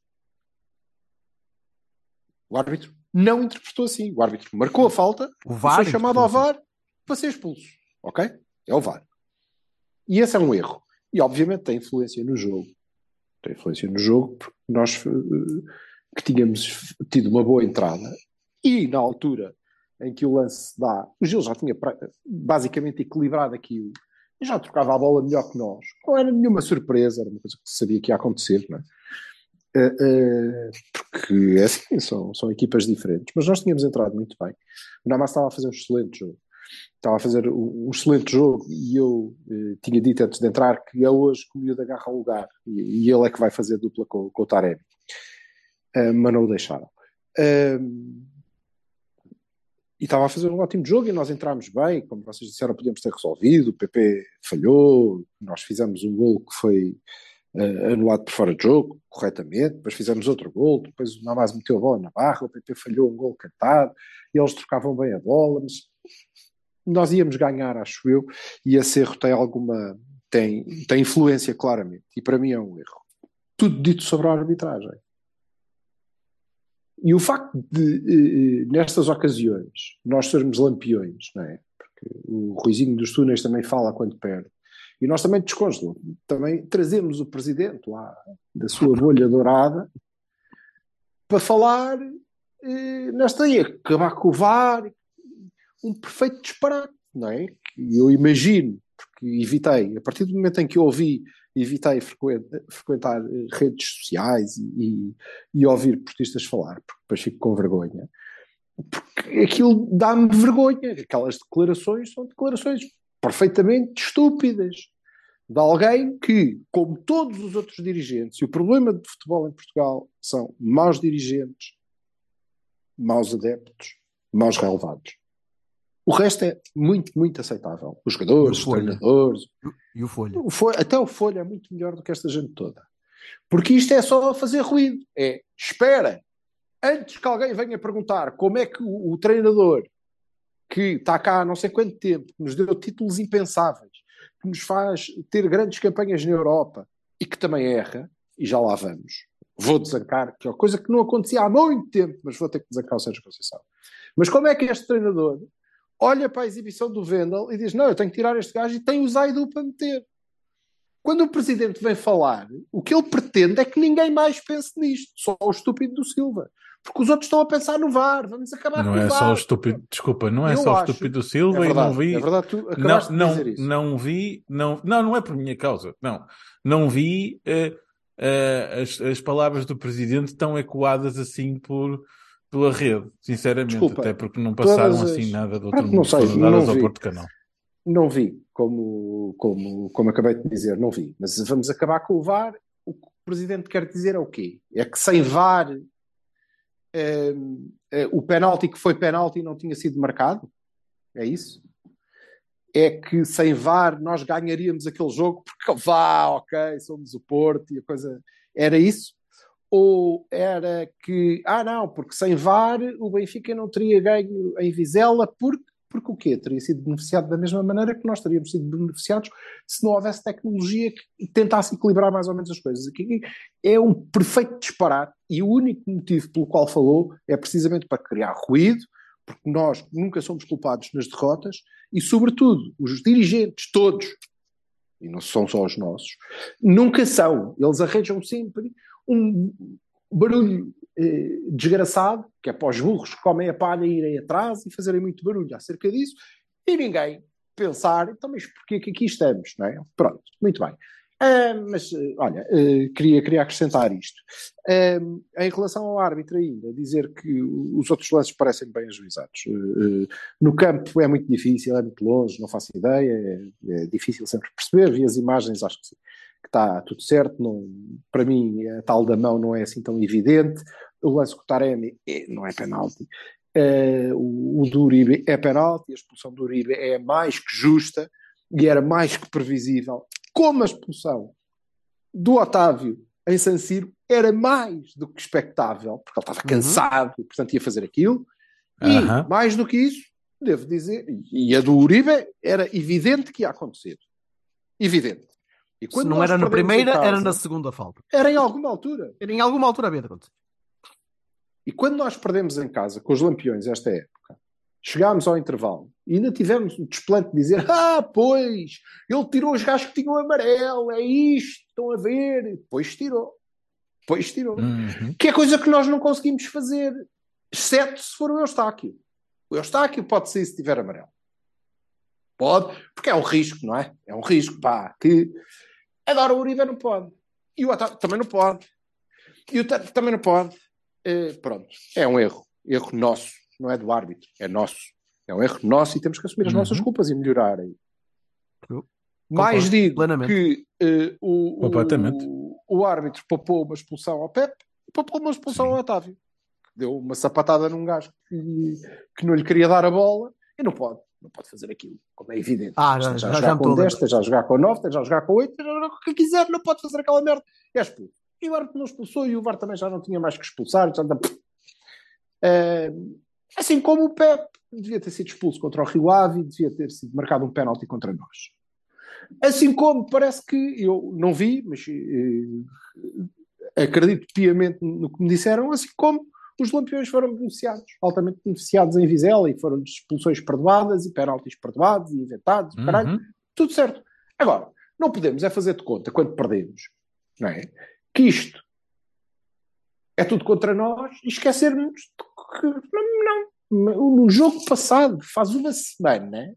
O árbitro não interpretou assim. O árbitro marcou a falta, foi chamado ao VAR para ser expulso. Ok? É o VAR. E esse é um erro. E, obviamente, tem influência no jogo. Tem influência no jogo porque nós que tínhamos tido uma boa entrada e, na altura em que o lance se dá, o Gil já tinha basicamente equilibrado aquilo e já trocava a bola melhor que nós. Não era nenhuma surpresa, era uma coisa que se sabia que ia acontecer, não é? Porque assim, são equipas diferentes, mas nós tínhamos entrado muito bem. O Namas estava a fazer um excelente jogo e eu tinha dito antes de entrar que é hoje que o miúdo agarra o lugar e ele é que vai fazer dupla com o Taremi, mas não o deixaram. E estava a fazer um ótimo jogo e nós entrámos bem, como vocês disseram, podíamos ter resolvido. O PP falhou, nós fizemos um golo que foi anulado por fora de jogo, corretamente, depois fizemos outro gol, depois o Namaz meteu a bola na barra, o PP falhou um gol cantado, e eles trocavam bem a bola, mas nós íamos ganhar, acho eu, e esse erro tem influência claramente, e para mim é um erro. Tudo dito sobre a arbitragem. E o facto de, nestas ocasiões, nós sermos lampiões, não é? Porque o Ruizinho dos Túneis também fala quando perde, e nós também descongelamos, também trazemos o presidente lá da sua bolha dourada para falar nesta aí, acabar com o VAR, um perfeito disparate, não é? Eu imagino, porque evitei, a partir do momento em que eu ouvi, evitei frequentar redes sociais e ouvir portistas falar, porque depois fico com vergonha, porque aquilo dá-me vergonha, aquelas declarações são declarações perfeitamente estúpidas de alguém que, como todos os outros dirigentes, e o problema de futebol em Portugal são maus dirigentes, maus adeptos, maus relevados. O resto é muito, muito aceitável. Os jogadores, os treinadores. E o Folha. Até o Folha é muito melhor do que esta gente toda. Porque isto é só fazer ruído. Espera, antes que alguém venha perguntar como é que o treinador que está cá há não sei quanto tempo, que nos deu títulos impensáveis, que nos faz ter grandes campanhas na Europa e que também erra, e já lá vamos. Vou desancar, que é uma coisa que não acontecia há muito tempo, mas vou ter que desancar o Sérgio Conceição. Mas como é que este treinador olha para a exibição do Vendel e diz, não, eu tenho que tirar este gajo e tenho o Zaidu para meter. Quando o presidente vem falar, o que ele pretende é que ninguém mais pense nisto, só o estúpido do Silva. porque os outros estão a pensar no VAR, vamos acabar Não com o é VAR. só o estúpido, desculpa, não é Eu só o acho, estúpido é Silva e não verdade, vi. é verdade, tu Não, acabaste de não, dizer isso. não vi, não é por minha causa, não vi as palavras do presidente tão ecoadas assim pela rede, sinceramente, Desculpa, até porque não passaram todas assim as... nada de outro Pronto, não mundo, sei, foram não dadas ao vi. Porto Canal. Não vi, como acabei de dizer, não vi. Mas vamos acabar com o VAR. O que o Presidente quer dizer é o quê? É que sem VAR o penalti que foi penalti não tinha sido marcado? É isso? É que sem VAR nós ganharíamos aquele jogo porque vá, ok, somos o Porto e a coisa... Era isso? Ou era que, não, porque sem VAR o Benfica não teria ganho em Vizela porque o quê? Teria sido beneficiado da mesma maneira que nós teríamos sido beneficiados se não houvesse tecnologia que tentasse equilibrar mais ou menos as coisas. Aqui é um perfeito disparate e o único motivo pelo qual falou é precisamente para criar ruído, porque nós nunca somos culpados nas derrotas e, sobretudo, os dirigentes todos, e não são só os nossos, nunca são. Eles arranjam sempre um barulho desgraçado, que é para os burros que comem a palha irem atrás e fazerem muito barulho acerca disso, e ninguém pensar, então, mas porquê que aqui estamos, não é? Pronto, muito bem. Mas, olha, queria acrescentar isto. Em relação ao árbitro ainda, dizer que os outros lances parecem bem ajuizados. No campo é muito difícil, é muito longe, não faço ideia, é difícil sempre perceber, vi as imagens, acho que está tudo certo, não, para mim a tal da mão não é assim tão evidente, o lance com o Taremi não é penalti, o do Uribe é penalti, a expulsão do Uribe é mais que justa e era mais que previsível, como a expulsão do Otávio em San Siro era mais do que expectável, porque ele estava cansado e portanto ia fazer aquilo, e mais do que isso, devo dizer, e a do Uribe era evidente que ia acontecer, evidente. E se não era na primeira, casa, era na segunda falta. Era em alguma altura. Era em alguma altura havia de acontecer. E quando nós perdemos em casa com os Lampiões esta época, chegámos ao intervalo e ainda tivemos o desplante de dizer pois, ele tirou os gajos que tinham amarelo, é isto, estão a ver. Pois tirou. Que é coisa que nós não conseguimos fazer, exceto se for o Eustáquio. O Eustáquio pode ser se tiver amarelo. Pode, porque é um risco, não é? É um risco, que... Agora o Uribe não pode. E o Otávio também não pode. E o Otávio também não pode. Pronto. É um erro. Erro nosso. Não é do árbitro. É nosso. É um erro nosso e temos que assumir as nossas culpas e melhorar. Mais digo que o árbitro poupou uma expulsão ao Pepe e poupou uma expulsão ao Otávio. Deu uma sapatada num gajo que não lhe queria dar a bola e não pode fazer aquilo, como é evidente. Já jogar com 10, já jogar com 9, já jogar com 8, já jogar com o que quiser, não pode fazer aquela merda. É expulso. E o árbitro não expulsou e o VAR também já não tinha mais que expulsar. Assim como o Pepe devia ter sido expulso contra o Rio Ave, devia ter sido marcado um penalti contra nós. Assim como parece que, eu não vi, mas acredito piamente no que me disseram, assim como os Lampiões foram beneficiados, altamente beneficiados em Vizela, e foram expulsões perdoadas e penaltis perdoados e inventados, caralho, tudo certo. Agora, não podemos é fazer de conta, quando perdemos, não é? Que isto é tudo contra nós e esquecermos que não. No jogo passado, faz uma semana,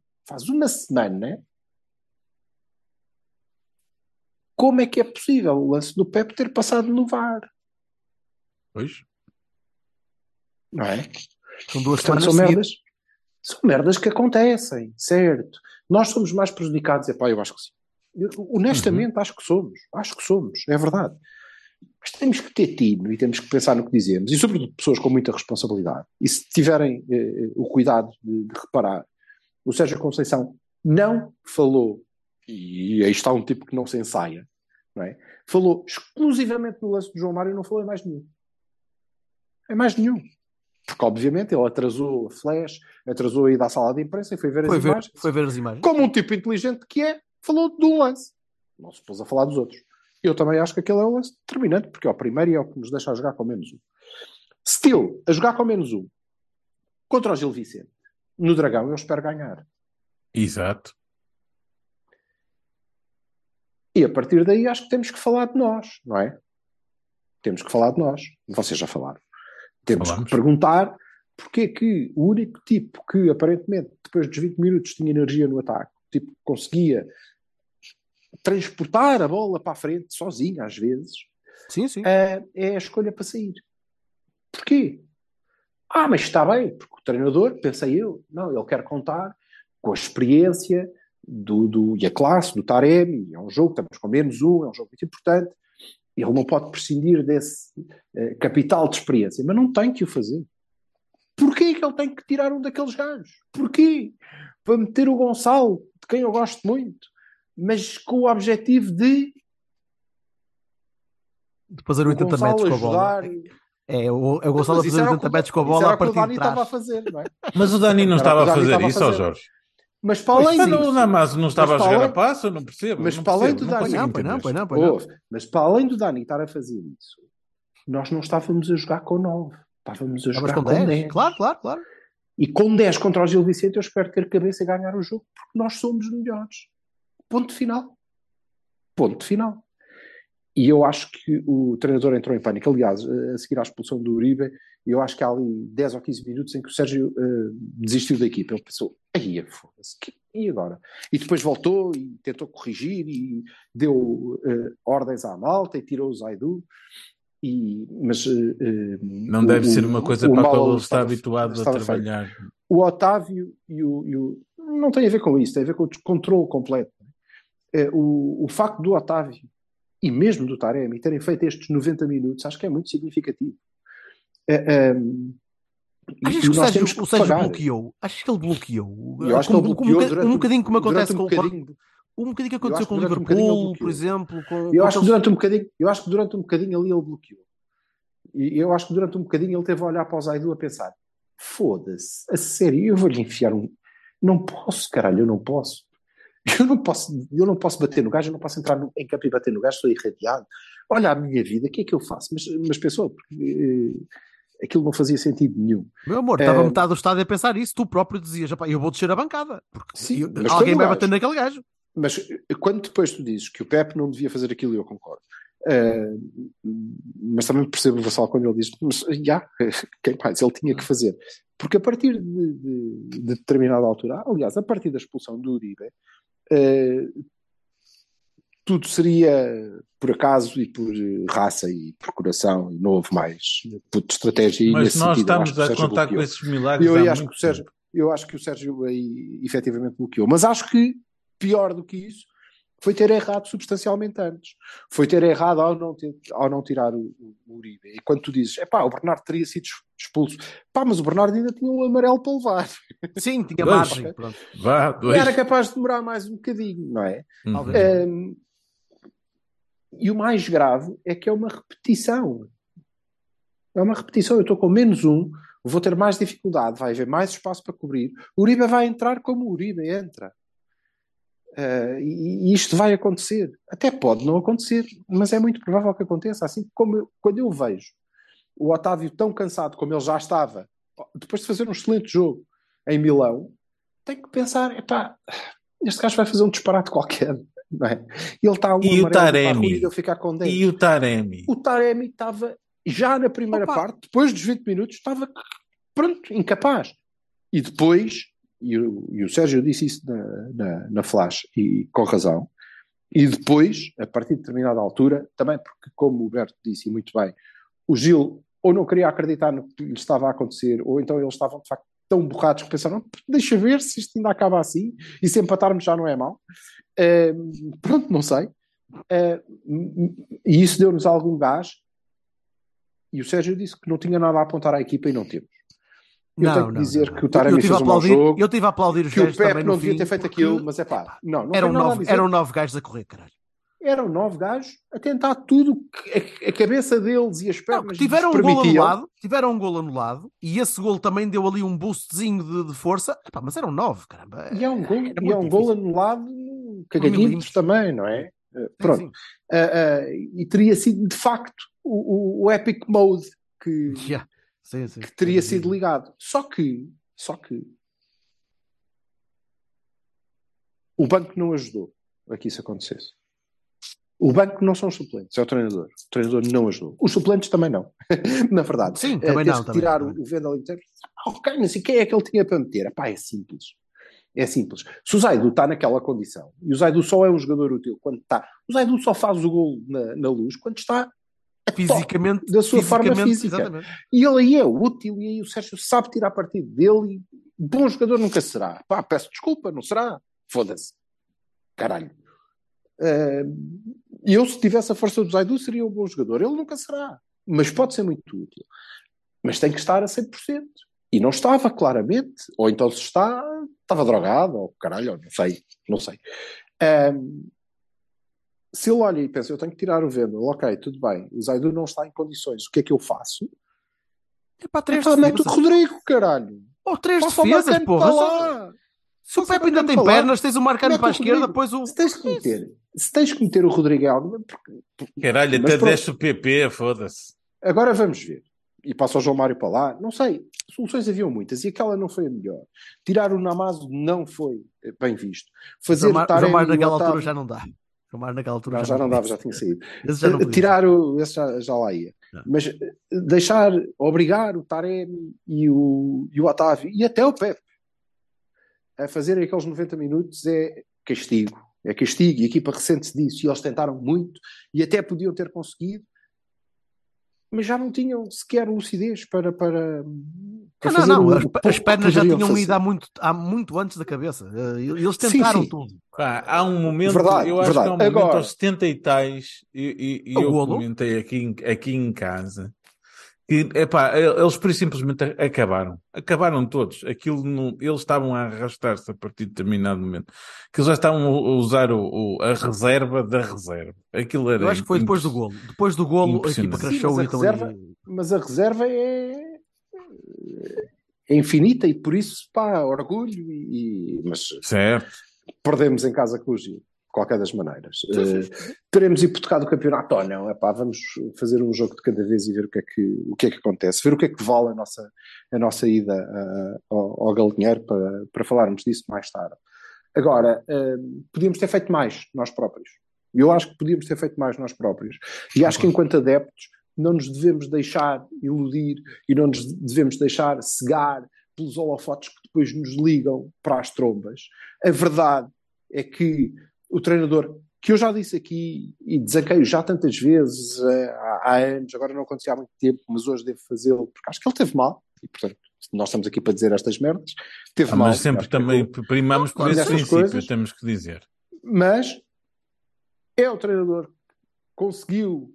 como é que é possível o lance do Pepe ter passado no VAR? Pois. Não é? São duas semanas. São merdas que acontecem, certo? Nós somos mais prejudicados. Eu acho que sim. Honestamente, acho que somos, é verdade. Mas temos que ter tino e temos que pensar no que dizemos, e sobretudo pessoas com muita responsabilidade. E se tiverem o cuidado de reparar, o Sérgio Conceição não falou, e aí está um tipo que não se ensaia, não é? Falou exclusivamente no lance do João Mário e não falou em mais nenhum. Em mais nenhum. Porque, obviamente, ele atrasou a flash, atrasou a ida à sala de imprensa e foi ver as imagens. Como um tipo inteligente que é, falou de um lance. Não se pôs a falar dos outros. Eu também acho que aquele é o lance determinante, porque é o primeiro e é o que nos deixa a jogar com menos um. Still, a jogar com menos um, contra o Gil Vicente, no Dragão, eu espero ganhar. Exato. E a partir daí acho que temos que falar de nós, não é? Temos que falar de nós. Vocês já falaram. Temos Falamos. que perguntar porque é que o único tipo que aparentemente depois dos 20 minutos tinha energia no ataque, tipo conseguia transportar a bola para a frente sozinho às vezes, Sim, sim. é a escolha para sair. Porquê? Mas está bem, porque o treinador, pensei eu, não, ele quer contar com a experiência e a classe do Taremi, é um jogo, estamos com -1, é um jogo muito importante, ele não pode prescindir desse capital de experiência, mas não tem que o fazer. Porquê que ele tem que tirar um daqueles gajos? Porquê? Para meter o Gonçalo, de quem eu gosto muito, mas com o objetivo de fazer 80 metros com a bola. É o Gonçalo a fazer 80 metros com a bola a partir de trás. Estava a fazer, não é? Mas o Dani não estava a fazer isso, ó Jorge. Mas para além disso... Não estava a jogar a passo, eu não percebo. Mas para além do Dani... Mas para além do Dani estar a fazer isso, nós não estávamos a jogar com 9. Estávamos a jogar com 10. Claro. E com 10 contra o Gil Vicente eu espero ter cabeça e ganhar o jogo, porque nós somos melhores. Ponto final. E eu acho que o treinador entrou em pânico. Aliás, a seguir à expulsão do Uribe, eu acho que há ali 10 ou 15 minutos em que o Sérgio desistiu da equipa. Ele pensou, foda-se, e agora? E depois voltou e tentou corrigir e deu ordens à malta e tirou o Zaidu. Mas não deve ser uma coisa para a qual ele está habituado a trabalhar. Feito. O Otávio e o... Não tem a ver com isso, tem a ver com o descontrole completo. O facto do Otávio e mesmo do Taremi terem feito estes 90 minutos, acho que é muito significativo. Achas que o Sérgio bloqueou? Achas que ele bloqueou? Eu acho que ele bloqueou um bocadinho como acontece com um bocadinho que aconteceu com o Liverpool, por exemplo. Eu acho que durante um bocadinho ali ele bloqueou. E eu acho que durante um bocadinho ele teve a olhar para o Zaidu a pensar, foda-se, a sério, eu vou-lhe enfiar um... Não posso, caralho, eu não posso. Eu não posso bater no gajo, eu não posso entrar em campo e bater no gajo, estou irradiado. Olha a minha vida, o que é que eu faço? Mas pensou, porque aquilo não fazia sentido nenhum. Meu amor, estava metade do estádio a pensar isso, tu próprio dizias, eu vou descer a bancada, porque sim, alguém vai bater naquele gajo. Mas quando depois tu dizes que o Pepe não devia fazer aquilo, eu concordo. Mas também percebo o Vassal quando ele diz, mas quem mais? Ele tinha que fazer. Porque a partir de determinada altura, aliás, a partir da expulsão do Uribe, tudo seria por acaso e por raça e por coração, e não houve mais por estratégia. Mas nós estamos a contar com esses milagres. Eu acho que o Sérgio aí efetivamente bloqueou. Mas acho que pior do que isso foi ter errado substancialmente antes. Foi ter errado ao não tirar o Uribe. E quando tu dizes, o Bernardo teria sido expulso. Mas o Bernardo ainda tinha um amarelo para levar. Sim, tinha margem. Era capaz de demorar mais um bocadinho, não é? E o mais grave é que é uma repetição. É uma repetição. Eu estou com -1, vou ter mais dificuldade, vai haver mais espaço para cobrir. O Uribe vai entrar como o Uribe entra. E isto vai acontecer. Até pode não acontecer, mas é muito provável que aconteça. Assim como quando eu vejo o Otávio tão cansado como ele já estava, depois de fazer um excelente jogo em Milão, tenho que pensar, este gajo vai fazer um disparate qualquer, não é? Ele está e o Taremi? De eu ficar com 10. E o Taremi? O Taremi estava já na primeira parte, depois dos 20 minutos, estava pronto, incapaz. E depois... E o Sérgio disse isso na Flash, e com razão, e depois, a partir de determinada altura, também porque, como o Berto disse e muito bem, o Gil ou não queria acreditar no que lhe estava a acontecer, ou então eles estavam de facto tão borrados que pensaram, deixa ver se isto ainda acaba assim, e se empatarmos já não é mau. Pronto, não sei. E isso deu-nos algum gás, e o Sérgio disse que não tinha nada a apontar à equipa e não temos. Eu tenho que dizer que o Taremi fez um mau jogo. Eu tive a aplaudir os gajos também no fim. Que o Pepe não devia ter feito aquilo, mas não eram 9 gajos a correr, caralho. Eram 9 gajos a tentar tudo que a cabeça deles e as pernas tiveram um golo anulado e esse golo também deu ali um boostzinho de força. Mas eram 9, caramba. E é um golo anulado cagadinhos também, não é? Pronto. E teria sido de facto o epic mode que teria sido ligado. Só que o banco não ajudou a que isso acontecesse. O banco não são os suplentes, é o treinador. O treinador não ajudou. Os suplentes também não. Na verdade. Sim, também tens não. que tirar também. o Vendel inteiro. Ok, mas e quem é que ele tinha para meter? Epá, é simples. É simples. Se o Zaidu está naquela condição, e o Zaidu só é um jogador útil quando está, o Zaidu só faz o gol na Luz quando está Fisicamente, da sua forma física. Exatamente. E ele aí é útil, e aí o Sérgio sabe tirar partido dele, e bom jogador nunca será. Pá, peço desculpa, não será. Foda-se. Caralho. Eu, se tivesse a força do Zaidu, seria um bom jogador. Ele nunca será. Mas pode ser muito útil. Mas tem que estar a 100%. E não estava, claramente. Ou então, se está, estava drogado, ou caralho, não sei. Se ele olha e pensa, eu tenho que tirar o Vendel, ok, tudo bem, o Zaidu não está em condições, o que é que eu faço? É para três Mete o defesas. Rodrigo, caralho. Ou três Passa o defesas, Marcano porra. para lá. Se o Passa Pepe ainda Marcano tem para lá. pernas, tens o Marcano Mete para a o esquerda, Rodrigo. depois o... Se tens que meter o Rodrigo Alves... Caralho, Mas até pronto. deste o PP, foda-se. Agora vamos ver. E passa o João Mário para lá. Não sei. Soluções haviam muitas e aquela não foi a melhor. Tirar o Namazo não foi bem visto. Fazer o João Mário Otávio... naquela altura já não dá. O João Mário naquela altura já não dava, já tinha saído. Esse já não podia. Tirar esse já lá ia. Não. Mas obrigar o Taremi e o Otávio e até o Pepe a fazerem aqueles 90 minutos é castigo. É castigo, e a equipa ressente-se disso, e eles tentaram muito, e até podiam ter conseguido, mas já não tinham sequer lucidez para fazer não. pouco As pernas já poderiam tinham fazer. ido há muito antes da cabeça. Eles tentaram Sim. tudo. Pá, há um momento, Verdade, eu acho que há um momento Agora- aos 70 e tais, e O eu golo? comentei aqui em casa, que, epá, eles por isso simplesmente acabaram todos. Aquilo eles estavam a arrastar-se a partir de determinado momento, que eles já estavam a usar a reserva da reserva. Aquilo era Eu acho que foi depois do golo. Depois do golo, a equipa Impressionante. cresceu Sim, e então... mas a reserva é infinita, e por isso, pá, orgulho, mas certo. perdemos em casa com o Gil, de qualquer das maneiras. Teremos hipotecado o campeonato ou não? Epá, vamos fazer um jogo de cada vez e ver o que é que acontece, ver o que é que vale a nossa ida ao Galinheiro para falarmos disso mais tarde. Agora, podíamos ter feito mais nós próprios. Eu acho que podíamos ter feito mais nós próprios. E acho que, enquanto adeptos, não nos devemos deixar iludir e não nos devemos deixar cegar pelos holofotes que depois nos ligam para as trombas. A verdade é que o treinador, que eu já disse aqui e desanquei já tantas vezes há anos, agora não acontecia há muito tempo, mas hoje devo fazê-lo, porque acho que ele teve mal, e portanto nós estamos aqui para dizer estas merdas, teve mal. Mas sempre também primamos por esse Nessas princípio, coisas. temos que dizer. Mas é o treinador que conseguiu,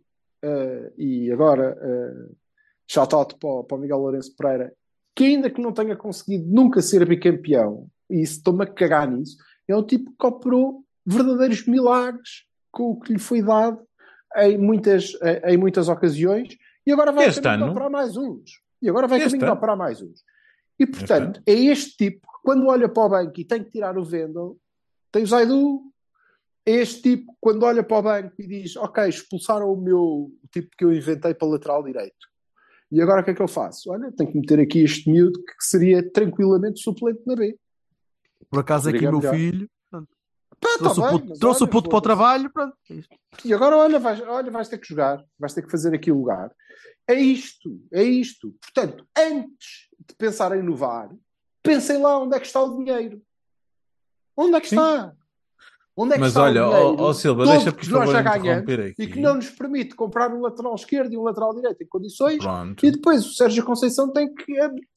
e agora shout-out para o Miguel Lourenço Pereira, que ainda que não tenha conseguido nunca ser bicampeão, e isso estou-me a cagar nisso, é um tipo que operou verdadeiros milagres com o que lhe foi dado em muitas ocasiões, e agora vai Este caminho de ano? operar mais uns. E agora vai Este caminho de ano? operar mais uns. E portanto, é este tipo que, quando olha para o banco e tem que tirar o Vendel, tem o Zaidu. É este tipo que, quando olha para o banco e diz, ok, expulsaram o tipo que eu inventei para o lateral direito. E agora o que é que eu faço? Olha, tenho que meter aqui este miúdo que seria tranquilamente suplente na B. Por acaso aqui o meu filho... Pá, Trouxe, tá o bem, puto, mas trouxe olha, o puto para o foda-se. trabalho, pronto. É isto. E agora, olha, vais ter que jogar, vais ter que fazer aqui o lugar. É isto. Portanto, antes de pensar em inovar, pensem lá onde é que está o dinheiro. Onde é que está? Onde é que Mas está olha, o dinheiro? ó Silva, todo deixa por que nós favor já ganhamos interromper aqui. e que não nos permite comprar um lateral esquerdo e um lateral direito em condições. Pronto. E depois o Sérgio Conceição tem que...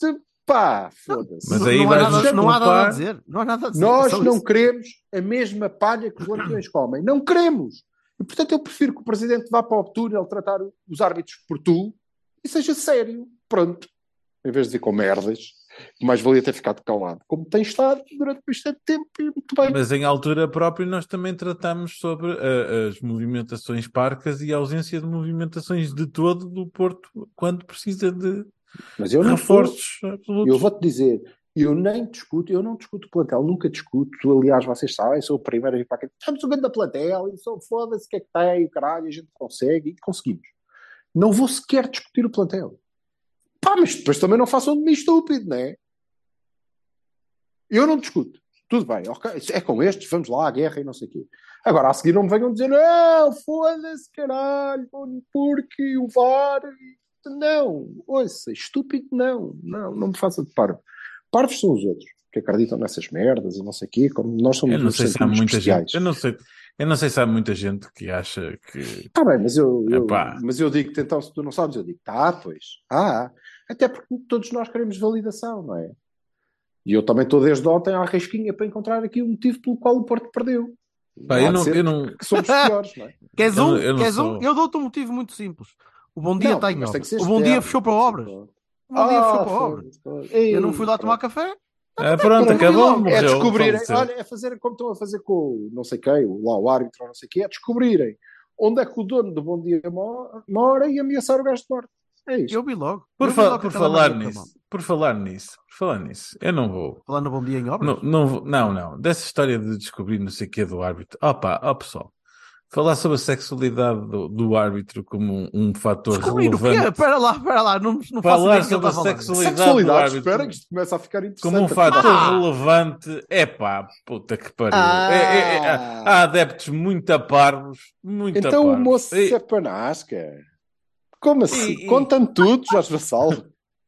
Pá, foda-se. Mas aí não há vais-nos nada, não há nada a culpar. dizer. Não há nada a dizer. Nós Só não isso. queremos a mesma palha que os lampiões comem. Não queremos. E, portanto, eu prefiro que o Presidente vá para o túnel tratar os árbitros por tu e seja sério. Pronto. Em vez de dizer com merdas, mais valia ter ficado calado. Como tem estado durante bastante tempo e muito bem. Mas em altura própria nós também tratamos sobre as movimentações parcas e a ausência de movimentações de todo do Porto quando precisa de Mas eu não reforços absolutos. Eu vou-te dizer, eu não discuto o plantel, nunca discuto. Aliás, vocês sabem, sou o primeiro a vir para aqui. Estamos jogando da plantel, e sou foda-se, o que é que tem, o caralho, a gente consegue, e conseguimos. Não vou sequer discutir o plantel. Pá, mas depois também não façam de mim estúpido, não é? Eu não discuto. tudo bem, ok, é com estes, vamos lá à guerra e não sei o quê. Agora, a seguir não me venham dizer, não, foda-se, caralho, porque o VAR... Não, ouça, estúpido, não me faça de parvo. Parvos são os outros, que acreditam nessas merdas e não sei o quê, como nós somos Eu não os sei se há muita especiais. gente. Eu não sei se há muita gente que acha que. Bem, Epá. mas eu digo-te, então, se tu não sabes, eu digo, pois. Até porque todos nós queremos validação, não é? E eu também estou desde ontem à risquinha para encontrar aqui o motivo pelo qual o Porto perdeu. Pá, Não há eu de não, ser eu não. que somos piores, não é? Queres Eu um? não- eu não Queres sou- um? Eu dou-te um motivo muito simples. O Bom Dia Não, está em mas tem obras. que ser O Bom Dia externo, fechou para tem que ser obras. externo. O Bom Dia fechou para obras. foda-se. Eu não fui lá tomar Pronto. café. Pronto, Pronto, acabou, logo. É morreu. descobrirem, faleceu. olha, é fazer como estão a fazer com o não sei quem, lá o árbitro, não sei o quê, é descobrirem onde é que o dono do Bom Dia mora e ameaçar o gajo de morte. É isto. Eu vi logo. Por, Eu vi fa- logo por aquela falar merda, nisso, mano. por falar nisso, eu não vou. Falar no Bom Dia em obras? Não. Dessa história de descobrir não sei o que do árbitro. Pessoal. Falar sobre a sexualidade do árbitro como um fator Descobrir o quê? relevante. Espera lá, não faço Falar ideia do que ele sobre a está a falar. sexualidade do Sexualidade, árbitro espera que isto começa a ficar interessante. como um fator Ah! relevante. Puta que pariu. Há adeptos muito parvos. Muito Então o parvos. moço é panasca. Como assim? E- Conta-me tudo, Jorge Vassal.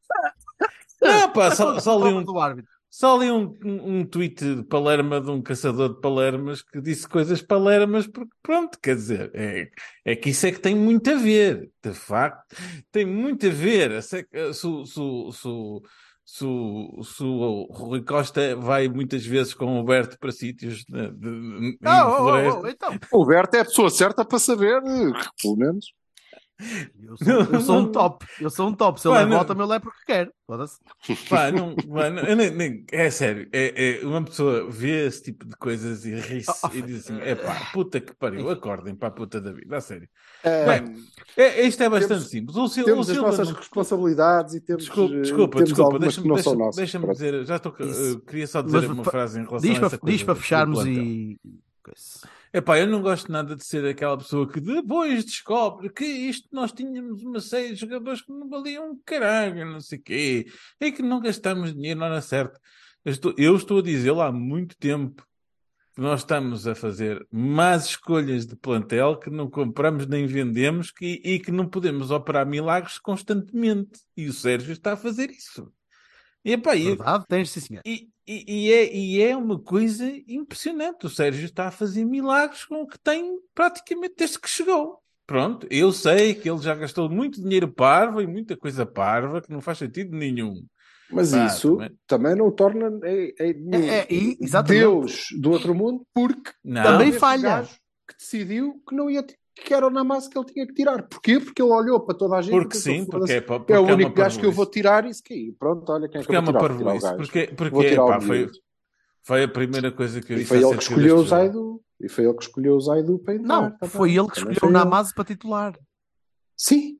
Só li um tweet de Palerma de um caçador de palermas que disse coisas palermas porque, pronto, quer dizer, é que isso é que tem muito a ver, de facto, tem muito a ver. Se o Rui Costa vai muitas vezes com o Alberto para sítios em floresta. Então. O Berto é a pessoa certa para saber, pelo menos. Eu sou um top. Eu sou um top. Se eu Pá, levo não- ao também eu levo porque quero. Foda-se. Eu é sério, uma pessoa vê esse tipo de coisas e ri-se e diz assim, puta que pariu, acordem para a puta da vida, a sério. Bem, isto é bastante simples. Temos as nossas responsabilidades e temos, Desculpa, temos algumas que não são deixa-me nossas. deixa-me Pronto. dizer, Isso. queria só dizer Mas uma frase em relação Diz a essa coisa para do fecharmos plantel. e... Eu não gosto nada de ser aquela pessoa que depois descobre que isto nós tínhamos uma série de jogadores que não valiam um caralho, não sei o quê, e que não gastamos dinheiro na hora certa. Eu estou a dizê-lo há muito tempo que nós estamos a fazer más escolhas de plantel que não compramos nem vendemos e que não podemos operar milagres constantemente. E o Sérgio está a fazer isso. Verdade, tens sim, senhor. E é uma coisa impressionante. O Sérgio está a fazer milagres com o que tem praticamente desde que chegou. Pronto, eu sei que ele já gastou muito dinheiro parvo e muita coisa parva que não faz sentido nenhum. Mas isso também não o torna exatamente. Deus do outro mundo, porque Também esse falha. gajo que decidiu que não ia que era o Namaz que ele tinha que tirar. Porquê? Porque ele olhou para toda a gente Porque e pensou, sim, "Foda-se, porque é o uma único gajo que eu parvoíce. vou tirar e se cair. Pronto, olha quem é que Porque é eu vou uma tirar. Vou tirar o parvoíce. gajo. Porque Vou tirar o foi, miúdo. foi a primeira coisa que eu E disse foi ele que acerca escolheu o deste jogo. Zaidu. E foi ele que escolheu o Zaidu para entrar. Não, também. foi ele que Também escolheu foi o ele. Namaz para titular. Sim.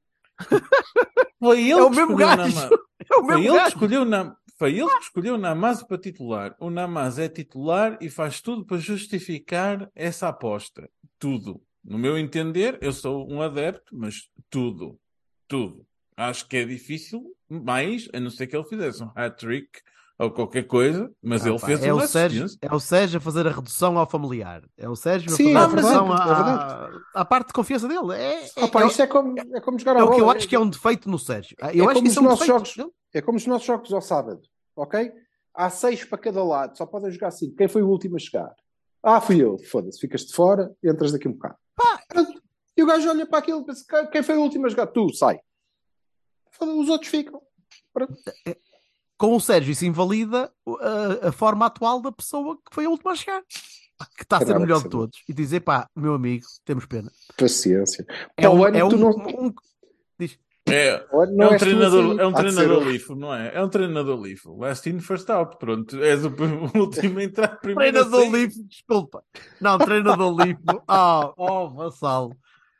Foi ele É o que mesmo escolheu gajo. Namaz. É o Foi mesmo ele que gajo. escolheu Foi ele que escolheu o Namaz para titular. O Namaz é titular e faz tudo para justificar essa aposta. Tudo. No meu entender, eu sou um adepto, mas tudo. Tudo. Acho que é difícil, mais, a não ser que ele fizesse um hat-trick ou qualquer coisa, mas ele fez uma assistência. É o Sérgio a fazer a redução ao familiar. É o Sérgio Sim, a fazer é a redução verdade, é verdade. à parte de confiança dele. Isto é como jogar a É o bola. que eu acho que é um defeito no Sérgio. Eu acho como que isso os é um nossos defeito. jogos. É como os nossos jogos ao sábado, ok? Há 6 para cada lado, só podem jogar 5. Quem foi o último a chegar? Fui eu. Foda-se, ficas de fora, entras daqui um bocado. E o gajo olha para aquilo e pensa, quem foi o último a jogar? Tu, sai. Os outros ficam. Pronto. Com o Sérgio isso invalida a forma atual da pessoa que foi a última a chegar. Que está a ser o melhor de todos. E dizer, meu amigo, temos pena. Paciência. É um É Não um és tu treinador, assim. é um Há de ser treinador outro. lifo, não é? É um treinador lifo. Last in, first out. Pronto, és o último a entrar primeiro. Treinador livre, desculpa. Não, treinador livre. Vassalo.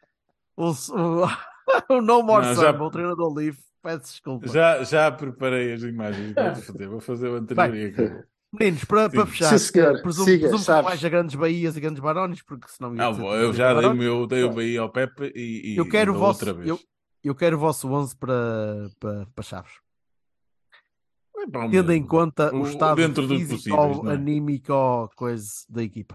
O No More Não, Samba, o treinador livre. Peço desculpa. Já preparei as imagens. Vou fazer o anterior e acabou. Meninos, para Sim. fechar, Sim, senhor. presumo Siga, que sabes. vais a grandes Bahias e grandes Barões, porque senão ia dizer Eu já dei Barões. dei o Bahia ao Pepe e Eu quero o dou vosso, outra vez. eu quero o vosso 11 para Chaves. É para o tendo em mesmo. conta o estado dentro dos físico, possíveis, não é? anímico, coisa da equipa.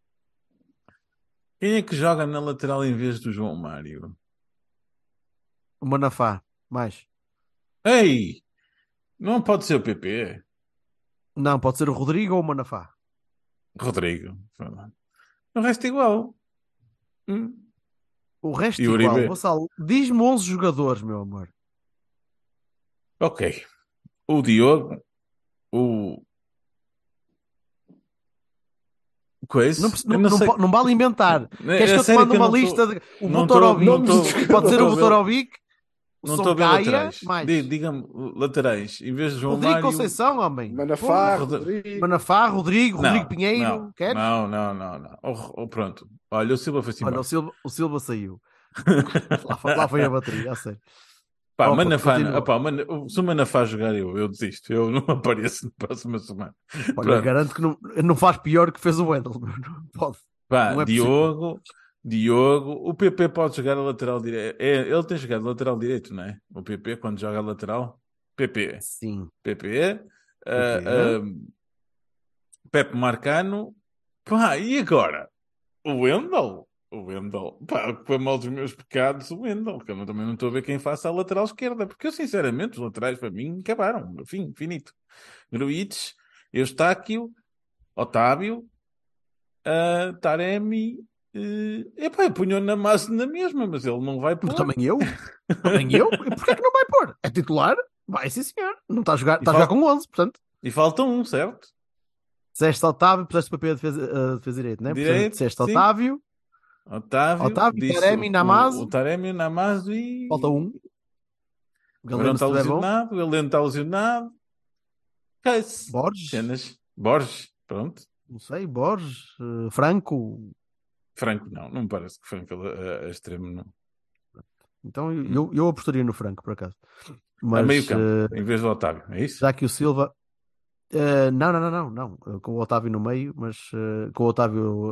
Quem é que joga na lateral em vez do João Mário? O Manafá, mais. Ei! Não pode ser o PP. Não, pode ser o Rodrigo ou o Manafá. Rodrigo. O resto é igual. O resto E o igual. Uribe? Vassal, diz-me 11 jogadores, meu amor. Ok. O Diogo. O coisa. Eu não sei. Não vale inventar. Queres que É eu te sério mande que eu uma não lista estou. de... O Não estou. Não Butorovic. estou. Pode ser o Não estou a ver. Butorovic, o Não estou a ver Soncaia, laterais. mais. Diga-me laterais. Em vez de João Rodrigo Mário. Conceição, homem. Manafá, Porra. Rodrigo. Manafá, Rodrigo Não, Pinheiro. Queres? não. Pronto. Olha, o Silva foi-se Olha, embora. o Silva saiu. Lá foi a bateria, a sério. Pá, Opa, Manafá, continua. opá, se o Manafá jogar, eu desisto. Eu não apareço na próxima semana. Olha, Pronto. garanto que não faz pior que fez o Wendel. Não pode. Pá, Não é possível. Diogo, o PP pode jogar a lateral direito. Ele tem jogado lateral direito, não é? O PP, quando joga a lateral. PP. Sim. PP. PP. Pepe Marcano. Pá, e agora? O Wendel? O Wendel. Pá, para mal dos meus pecados, o Wendel. Que eu também não estou a ver quem faça a lateral esquerda. Porque eu, sinceramente, os laterais para mim acabaram. Fim, finito. Gruites, Eustáquio, Otávio, Taremi. Epá, eu punho na massa na mesma, mas ele não vai pôr. Também eu. E porquê que não vai pôr? É titular? Vai, sim, senhor. Não está a jogar, está a jogar com 11, portanto. E falta um, certo? Disseste Otávio, puseste o PP a defesa direito, não é? Direito, Portanto, disseste sim. Otávio, Taremi, Namazo. o Taremi, Namazo e... Falta um. O Galeno está lesionado, o Galeno está lesionado. Borges. Cenas. Borges, pronto. Não sei, Borges, Franco. Franco, não me parece que Franco é extremo, não. Então eu apostaria no Franco, por acaso. Mas, a meio campo, em vez do Otávio, é isso? Já que o Silva... não. Com o Otávio no meio, mas com o Otávio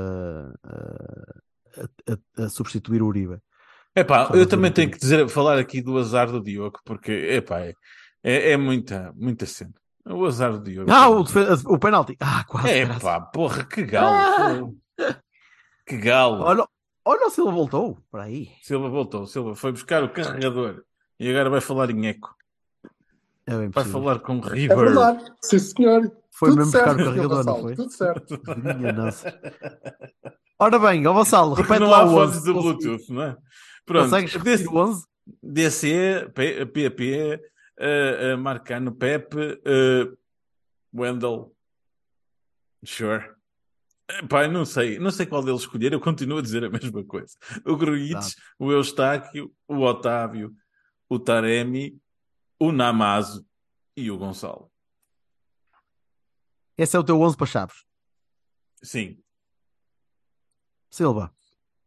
a substituir o Uribe. Epá, eu também tenho que falar aqui do azar do Diogo, porque é muita cena. O azar do Diogo. O penalti. Quase. Epá, porra, que galo. Que galo. Olha, o Silva voltou. Para aí. Silva voltou. Silva foi buscar o carregador e agora vai falar em eco. Vai falar com River. É verdade, sim senhor. Foi tudo mesmo certo, buscar o carregador, não foi? Tudo certo. Minha nossa. Ora bem, Vassalo, repete não lá há o fones 11. do Bluetooth, não é? Pronto. Consegues repetir o 11? DC, PP, Marcano, Pepe, Wendel. Sure. Pai, não sei qual deles escolher, eu continuo a dizer a mesma coisa. O Gruites, o Eustáquio, o Otávio, o Taremi, o Namazo e o Gonçalo. Esse é o teu 11 para Chaves? Sim. Silva.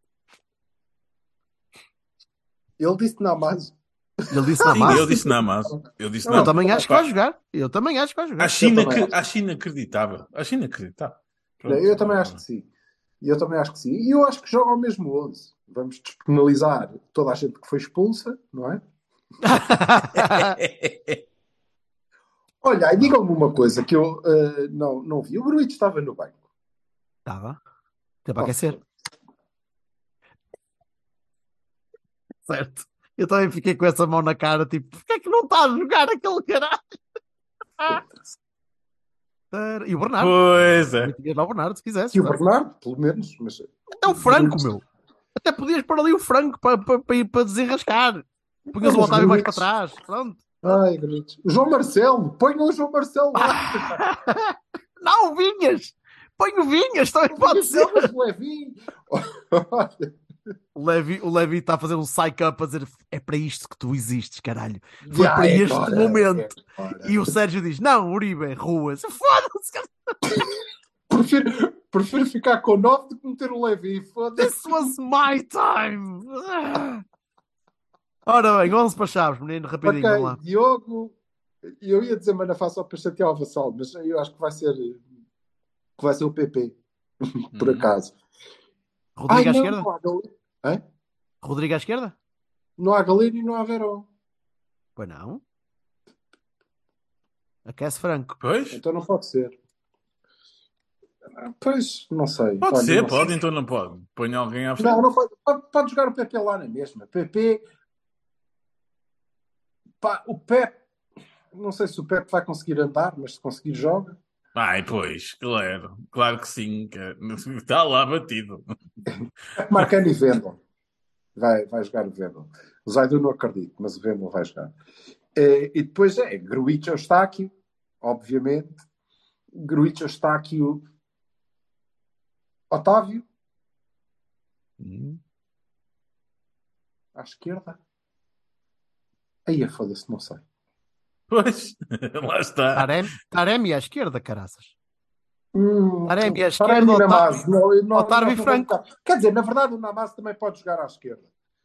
Ele disse Namazo. Ele disse Namazo? Eu disse Namazo. Eu também acho que vai jogar. Acho inacreditável. Eu também acho que sim. E eu acho que joga ao mesmo 11. Vamos despenalizar toda a gente que foi expulsa, não é? Olha, e digam-me uma coisa que eu não vi. O Gruitch estava no banco. Estava. Até para aquecer. Certo. Eu também fiquei com essa mão na cara, tipo, porquê é que não está a jogar aquele caralho? E o Bernardo. Pois é. Lá o Bernardo, se quisesse. E o Bernardo, pelo menos. Mas... Até o Franco, meu. Até podias pôr ali o Franco para desenrascar. Punhas o Otávio mais para trás. Pronto. Ai, Gruitch. João Marcelo. Ponha o João Marcelo lá. Não, o Vinhas. Põe o Vinhas, também pode ser. O Levi está a fazer um psych-up a dizer é para isto que tu existes, caralho. Foi para este momento. E o Sérgio diz, não, Uribe, ruas. Foda-se. Prefiro ficar com 9 do que meter o Levi. Foda-se. This was my time. Ora bem, 11 para Chaves, menino, rapidinho, okay, vamos lá. Diogo, eu ia dizer Manafá só para chatear o Vassal, mas eu acho que vai ser o PP, por acaso. Rodrigo à esquerda? Hã? Rodrigo à esquerda? Não há Galeno e não há Verón. Pois não. Aquece Franco. Pois? Então não pode ser. Pois, não sei. Pode Olha, ser, não pode, sei. então não pode. Põe alguém à frente. Não pode. Pode jogar o PP lá na mesma. PP. Pá, o Pep. Não sei se o Pep vai conseguir andar, mas se conseguir, joga. Ai, pois, claro. Claro que sim. Está lá batido. Marcano e Vendel. Vai jogar o Vendel. O Zaidu não acredito, mas o Vendel vai jogar. E depois Gruitch Eustáquio, obviamente. Gruitch Eustáquio, Otávio. À esquerda. Aí foda-se, não sei. Pois, lá está. Taremi à esquerda, caraças. Taremi à Taremi esquerda, e Namaz. Otávio e Franco. Quer dizer, na verdade o Namaz também pode jogar à esquerda.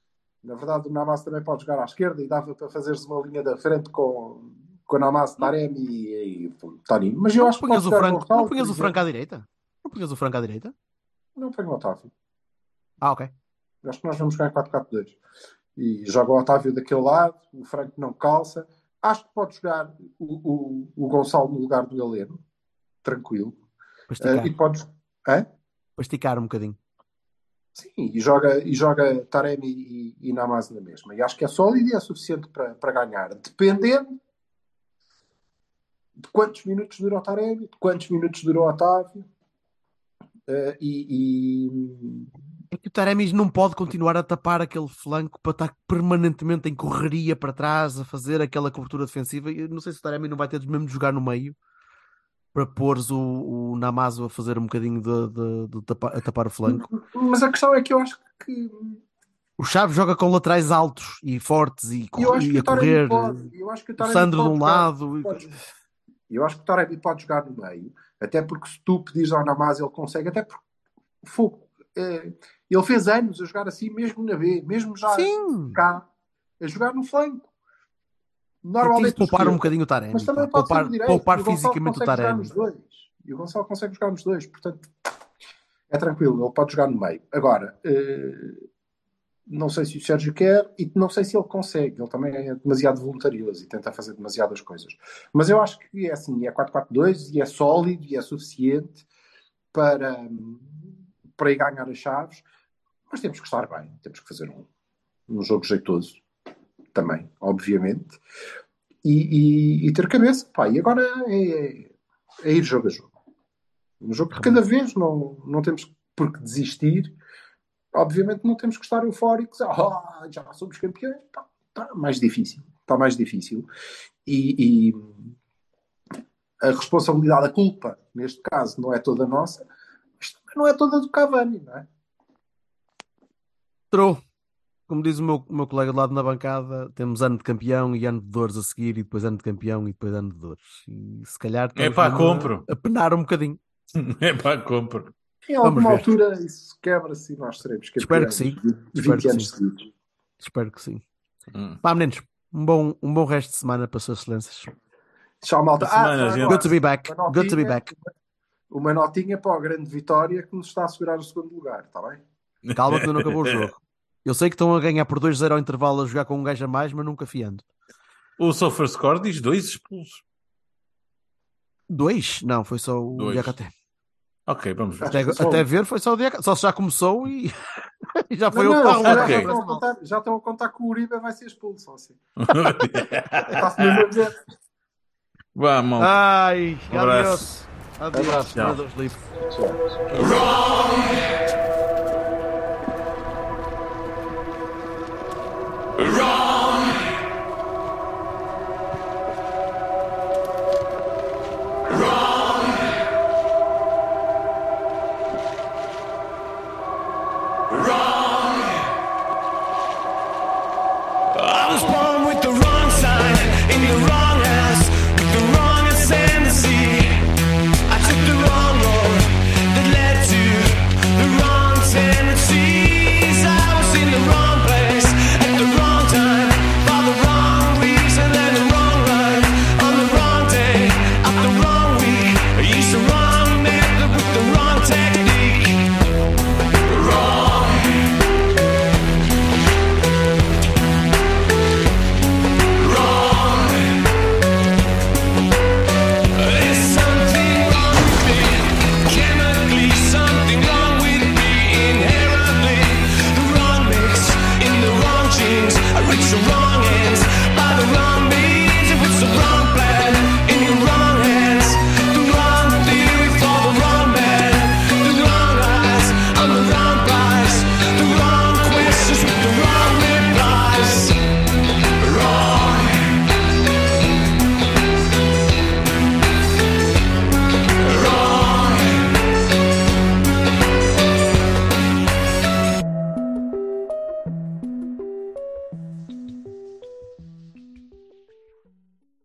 E dava para fazeres uma linha da frente com Namaz, Taremi e Toninho. Mas eu acho que pode jogar não punhas o Franco à direita? Não punhas o Franco à direita? Não ponho o Otávio. Ok. Acho que nós vamos jogar em 4-4-2. E joga o Otávio daquele lado, o Franco não calça. Acho que pode jogar o Gonçalo no lugar do Galeno. Tranquilo. Para esticar. E podes... Para esticar um bocadinho. Sim, e joga Taremi e Namaz na mesma. E acho que é sólido e é suficiente para ganhar. Dependendo de quantos minutos dura o Taremi, de quantos minutos dura o Otávio. É que o Taremi não pode continuar a tapar aquele flanco para estar permanentemente em correria para trás, a fazer aquela cobertura defensiva. Eu não sei se o Taremi não vai ter mesmo de jogar no meio para pôres o Namazo a fazer um bocadinho a tapar o flanco. Mas a questão é que eu acho que o Chaves joga com laterais altos e fortes e a correr. O Sandro de um lado. Eu acho que o Taremi pode jogar no meio, até porque se tu pedires ao Namazo ele consegue, até porque ele fez anos a jogar assim mesmo na B, mesmo já cá, a jogar no flanco. Normalmente poupar um bocadinho o Taremi, mas também pode ser direito, poupar fisicamente o Taremi. E o Gonçalo consegue jogar nos dois, portanto é tranquilo, ele pode jogar no meio. Agora, não sei se o Sérgio quer e não sei se ele consegue. Ele também é demasiado voluntarioso e tenta fazer demasiadas coisas. Mas eu acho que é assim, é 4-4-2 e é sólido e é suficiente para ir ganhar as chaves. Mas temos que estar bem, temos que fazer um jogo jeitoso também, obviamente. E ter cabeça, pá. E agora é ir jogo a jogo. Um jogo de cada vez, não temos por que desistir. Obviamente não temos que estar eufóricos. Já somos campeões. Está mais difícil. Está mais difícil. E a responsabilidade, a culpa, neste caso, não é toda nossa, mas também não é toda do Cavani, não é? Como diz o meu colega de lado na bancada, temos ano de campeão e ano de dores a seguir, e depois ano de campeão e depois ano de dores. E se calhar compro. A penar um bocadinho. Compro. Em alguma altura isso quebra-se e nós seremos campeões. Espero que sim. 20 anos seguidos. Espero que sim. Pá, meninos, um bom resto de semana para as suas excelências. Tchau, malta. Good to be back. Good to be back. Uma notinha para a grande vitória que nos está a segurar o segundo lugar, está bem? Calma que ainda não acabou o jogo. Eu sei que estão a ganhar por 2-0 ao intervalo a jogar com um gajo a mais, mas nunca fiando. O SofaScore diz 2 expulsos. 2? Não, foi só o Diakate. Ok, vamos ver. Até ver foi só o Diakate. Só se já começou e já foi o carro. Já estão a contar que o Uribe vai ser expulso. Assim. Está-se mesmo a dizer. Vamos. Ai, um abraço. Adeus. Tchau.